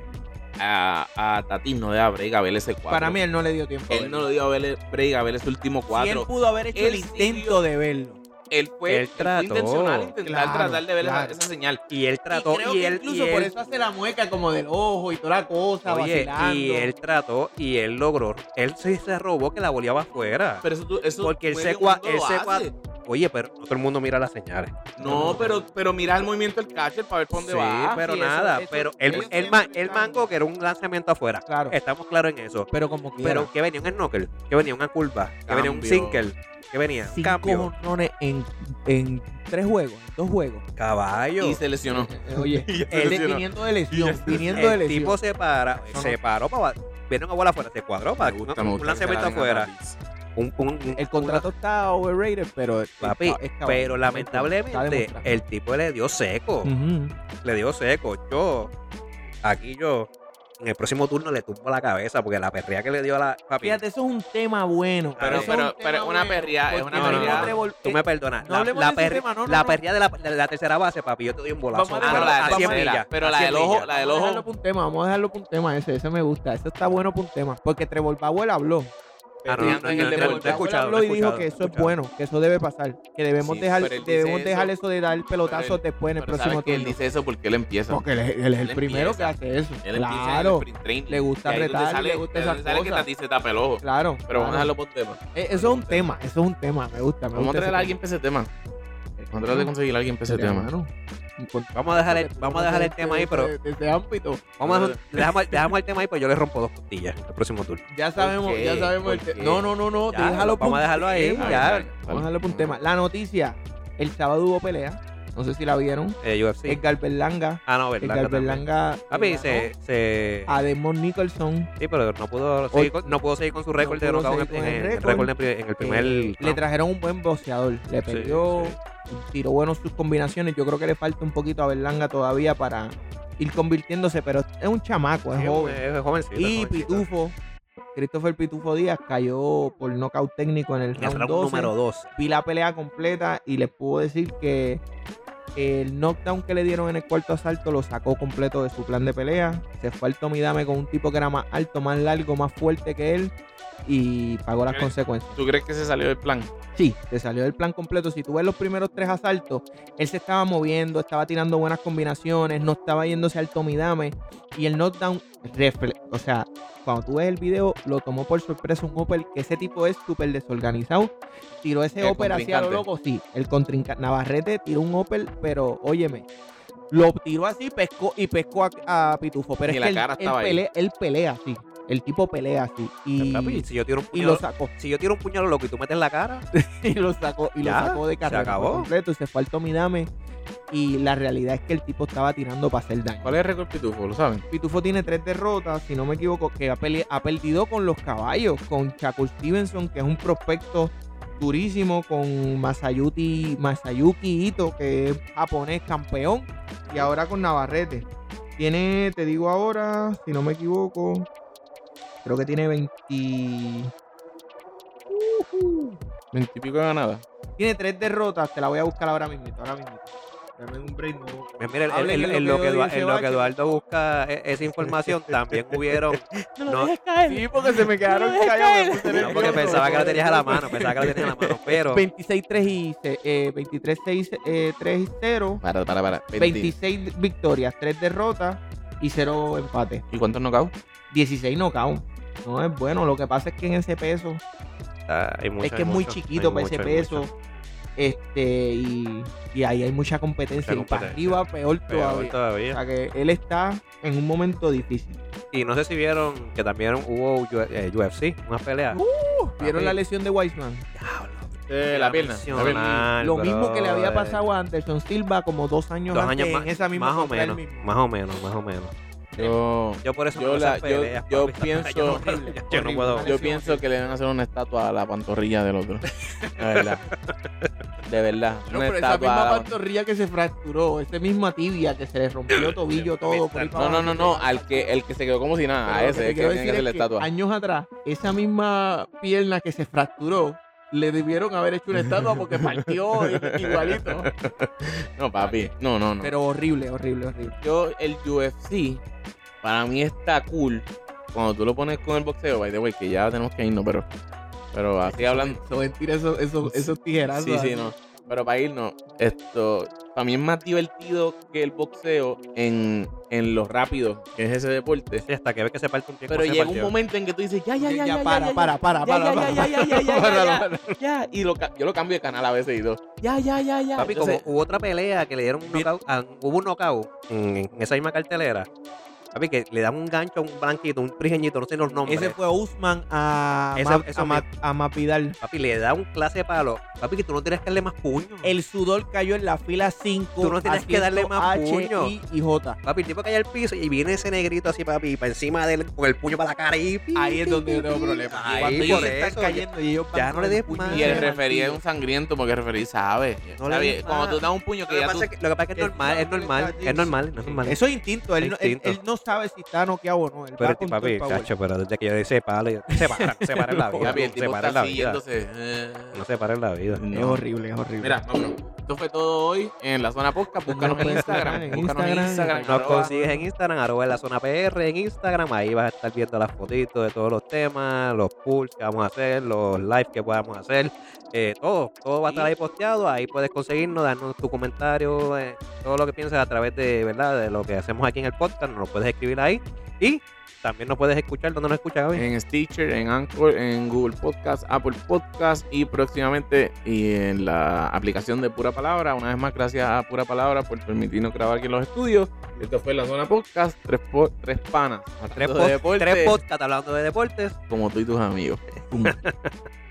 A, a Tatis no deja break a ver ese cuatro. Para mí él no le dio tiempo. a él verlo. no le dio a ver break a ver ese último Si él cuatro. pudo haber hecho Él el sí intento dio- de verlo. Él fue, Él él fue trató. intencional intentar Claro, tratar de ver esa- claro. esa, señal. Y él trató, y creo y, que él, incluso y por él- eso hace la mueca como del ojo y toda la cosa, oye, vacilando. y él trató, y él logró, él se, se robó que la boleaba afuera. Pero eso, tú- eso Porque el medio C cuatro, mundo el lo C cuatro, hace. oye, pero no todo el mundo mira las señales. No, pero, pero mira el movimiento del catcher para ver por dónde Sí, va. pero sí, eso- nada, eso- pero eso el, siempre el, man- está el mango que era un lanzamiento afuera. Claro. Estamos claros en eso. Pero como quiera. Pero que venía un snocker, que venía una curva, que venía un Cambio. sinker, que venía un cinco cambio. jonrones en, en tres juegos, en dos juegos. Caballo. Y se lesionó. Eh, Oye, Y ya se él lesionó. viniendo de lesión, viniendo de El lesión. tipo se para, Eso se no- paró para. Viene una bola afuera, se cuadró para Me gusta, un, me un gusta lanzamiento que se la den a afuera. Tatis. Un, un- un- El contrato está overrated, pero es- Papi, es caballo. pero Está lamentablemente demostrado. el tipo le dio seco. Ujú. Le dio seco. Yo, aquí yo, en el próximo turno le tumbo la cabeza porque la perrea que le dio a la. Papi, Fíjate, eso es un tema bueno. Pero- eso es pero- un tema pero una bueno, perrea es porque una el mismo perrea. Trevor- tú me perdonas. no la hablemos la, de ese perre- tema, no, no, la no. perrea de la, de la tercera base, papi, yo te doy un bolazo. Vamos a pero dejarlo- a vamos cien a millas, dejarlo- pero a la cien del ojo- millas. la del Vamos a ojo. dejarlo por un tema, vamos a dejarlo por un tema ese, ese me gusta, ese está bueno por un tema. Porque Trevor Bauer habló Ah, no, Estoy no, en no, el no, deporte. no he escuchado, Habló no he y dijo escuchado, que no he eso es escuchado. bueno, que eso debe pasar, que debemos Sí, dejar, pero él dice debemos eso, dejar eso de dar pelotazos Pero él- después en el pero próximo ¿sabes que él turno. dice eso porque él empieza. Porque él, es- él es el Él primero empieza. que hace eso. Él empieza en el Claro, sprint training. le gusta Y ahí es donde retar y sale- le gusta es esas donde sale que cosas. Tati se tapa el ojo. Claro. Pero vamos a claro. dejarlo por tema. Eh, Eso es un tema, eso es un tema, me gusta, me Vamos a gusta. traer a ese alguien para ese tema. Vamos a tratar de conseguir a alguien para ese tema. tema. Hermano, Vamos a dejar el, vamos a dejar el tema ahí, pero de, de ese ámbito. vamos a dejar, dejamos, dejamos el tema ahí, pero yo le rompo dos costillas el próximo turno. Ya sabemos, qué? ya sabemos el ¿Por tema. qué? No, no, no, no, Ya, déjalo por vamos a un dejarlo ahí, tema. ya. Vale, Vamos a vale. dejarlo por un tema. La noticia, el sábado hubo pelea, no sé si la vieron. Eh, U F C. Edgar Berlanga, Ah, no, verdad. Edgar Berlanga Papi, le se, ganó se... a Desmond Nicholson. Sí, pero no pudo seguir con, no pudo seguir con su récord de pudo knockout en, seguir con en el el, récord. récord en el pri- en el primer... Eh, le round. trajeron un buen boxeador, le Sí, peleó, sí. tiró buenos sus combinaciones. Yo creo que le falta un poquito a Berlanga todavía para ir convirtiéndose, pero es un chamaco, es Sí, joven. Es jovencito. Y es jovencito. Pitufo, Christopher Pitufo Díaz cayó por nocaut técnico en el En el round round doce. número dos. Vi la pelea completa y les puedo decir que el knockdown que le dieron en el cuarto asalto lo sacó completo de su plan de pelea. Se fue al tomidame con un tipo que era más alto, más largo, más fuerte que él y pagó las Ok. consecuencias. ¿Tú crees que se salió del plan? Sí, se salió del plan completo. Si tú ves los primeros tres asaltos, él se estaba moviendo, estaba tirando buenas combinaciones, no estaba yéndose al tomidame. Y el knockdown, refle- o sea, cuando tú ves el video, lo tomó por sorpresa un upper, que ese tipo es súper desorganizado. Tiró ese El upper hacia lo contrincante. loco, sí. El contrincante Navarrete tiró un upper, pero óyeme, lo tiró así pescó y pescó a, a Pitufo. Pero Ni es la que él, cara él estaba ahí. pelea, él pelea así. El tipo pelea así. Y, Papi, si yo tiro un y puño, lo sacó. si yo tiro un puño a lo loco y tú metes la cara, y lo sacó y Ya, lo sacó de se carrera acabó. por completo y se fue al tomidame. Y la realidad es que el tipo estaba tirando para hacer daño. ¿Cuál es el récord Pitufo? ¿Lo saben? Pitufo tiene tres derrotas, si no me equivoco, que ha, pele- ha perdido con los caballos, con Shakur Stevenson, que es un prospecto durísimo, con Masayuki, Masayuki Ito, que es japonés campeón, y ahora con Navarrete. Tiene, te digo ahora, si no me equivoco, creo que tiene veinte... Ujú. Veintipico de ganada. Tiene tres derrotas, te la voy a buscar ahora mismo, ahora mismo. Dame un break, no. pues mira, en, Hablen en- en en lo lo que que, Edu- dice en lo que Bache. Eduardo busca e- esa información, también hubieron... No, Sí, porque se me quedaron callados. me puse no, porque nervioso. pensaba que la tenías a la mano, pensaba que la tenías a la mano, pero... veintiséis tres y ce- eh, veintitrés seis eh, tres y cero. Para, para, para. veinte. veintiséis victorias, tres derrotas y cero empates. ¿Y cuántos knockouts? dieciséis knockouts. No es bueno. Lo que pasa es que en ese peso Ah, hay mucho, es que hay es muy mucho, chiquito hay para mucho, ese hay peso. mucho. Este y, y ahí hay mucha competencia. Mucha Y para competencia. arriba peor Peor todavía. O todavía. sea que él está en un momento difícil. Y no sé si vieron que también hubo U- eh, U F C, una pelea. ¿Vieron Papi. la lesión de Weissman? Eh, la pierna. La pierna. Lo mismo que le había brother. pasado a Anderson Silva como dos años Dos antes años más, en esa misma más o contra él menos, mismo. más o menos, más o menos. Yo, Yo por eso Yo no la- esas yo- peleas, yo papi, pienso- yo no, Horrible, yo no horrible. puedo. yo lesión pienso horrible. que le deben hacer una estatua a la pantorrilla del otro. De verdad. De verdad. No, una pero esa estatua a misma la- pantorrilla que se fracturó, esa misma tibia que se le rompió tobillo, todo. por ahí para No, no, abajo. no, no. Al que, el que se quedó como si nada. Pero A lo ese te es que quiero tiene que decir hacerle es que estatua. años atrás, esa misma pierna que se fracturó, le debieron haber hecho una estatua porque partió igualito. No, papi. No, no, no. Pero horrible, horrible, horrible. yo, el U F C, para mí está cool. Cuando tú lo pones con el boxeo, by the way, que ya tenemos que irnos, pero, pero así hablando. Eso mentira, esos, esos, esos tijerazos. Sí, sí, así. no. Pero para irnos, esto, para mí es más divertido que el boxeo en, en lo rápido que es ese deporte. Sí, hasta que ves que se parte un pie. Pero como se llega un partió. momento en que tú dices, ya, ya, ya, ya, ya, para, ya, para, para, ya, para, ya, para, ya, ya, ya, ya, ya, para, ya, para. ya, y lo, ca- yo lo cambio de canal a veces y dos. Ya, ya, ya, ya. Papi, Entonces, como hubo otra pelea que le dieron un knockout, ah, hubo un knockout en, en esa misma cartelera. Papi, que le dan un gancho a un blanquito, un prigeñito, no sé los nombres. Ese fue Usman a, Ese- Ma- eso a, Ma- a Mapidal. Papi, le da un clase de palo. Papi, que tú no tienes que darle más puño. El sudor cayó en la fila cinco. Tú no tienes que darle haciendo más H, puño. I y J. Papi, el tipo cae al piso y viene ese negrito así, papi, para encima de él con el puño para la cara y... Ahí es donde yo tengo problemas. Ahí, Cuando ellos por están eso, cayendo y ellos van ya no con le el des puño más. y el de referí es martillo. un sangriento porque el referí sabe. No le Sabe, des Cuando más. tú das un puño que Lo que, ya tú... pasa es que, lo que pasa es que es normal, es normal, es normal, no es normal. Eso es instinto. Él, no- él- Instinto. él no sabe si está noqueado o no. Él Pero va el con tipo, todo el papi, power. cacho, pero desde que yo le separo, se para, se para en la vida. Papi, el Se tipo para está en la vida. siguiéndose. eh. No se para en la vida. Es No. horrible, es horrible. Mira, vámonos. Esto fue todo hoy en la zona podcast. Búscanos en puedes Instagram. buscar en Búscanos en Instagram. Instagram. Nos arroba- consigues en Instagram, arroba en la zona P R en Instagram. Ahí vas a estar viendo las fotitos de todos los temas, los pulls que vamos a hacer, los live que podamos hacer. Eh, todo, todo va a estar ahí posteado. Ahí puedes conseguirnos, darnos tu comentario, eh, todo lo que pienses a través de, ¿verdad? De lo que hacemos aquí en el podcast. Nos lo puedes escribir ahí. Y también nos puedes escuchar. ¿Dónde nos escuchas hoy? En Stitcher, en Anchor, en Google Podcast, Apple Podcast y próximamente y en la aplicación de Pura Palabra. Una vez más, gracias a Pura Palabra por permitirnos grabar aquí en los estudios. Esto fue la zona podcast, tres, po- tres panas, Tres, hablando pod- de deporte, tres podcasts hablando de deportes. como tú y tus amigos. Pum.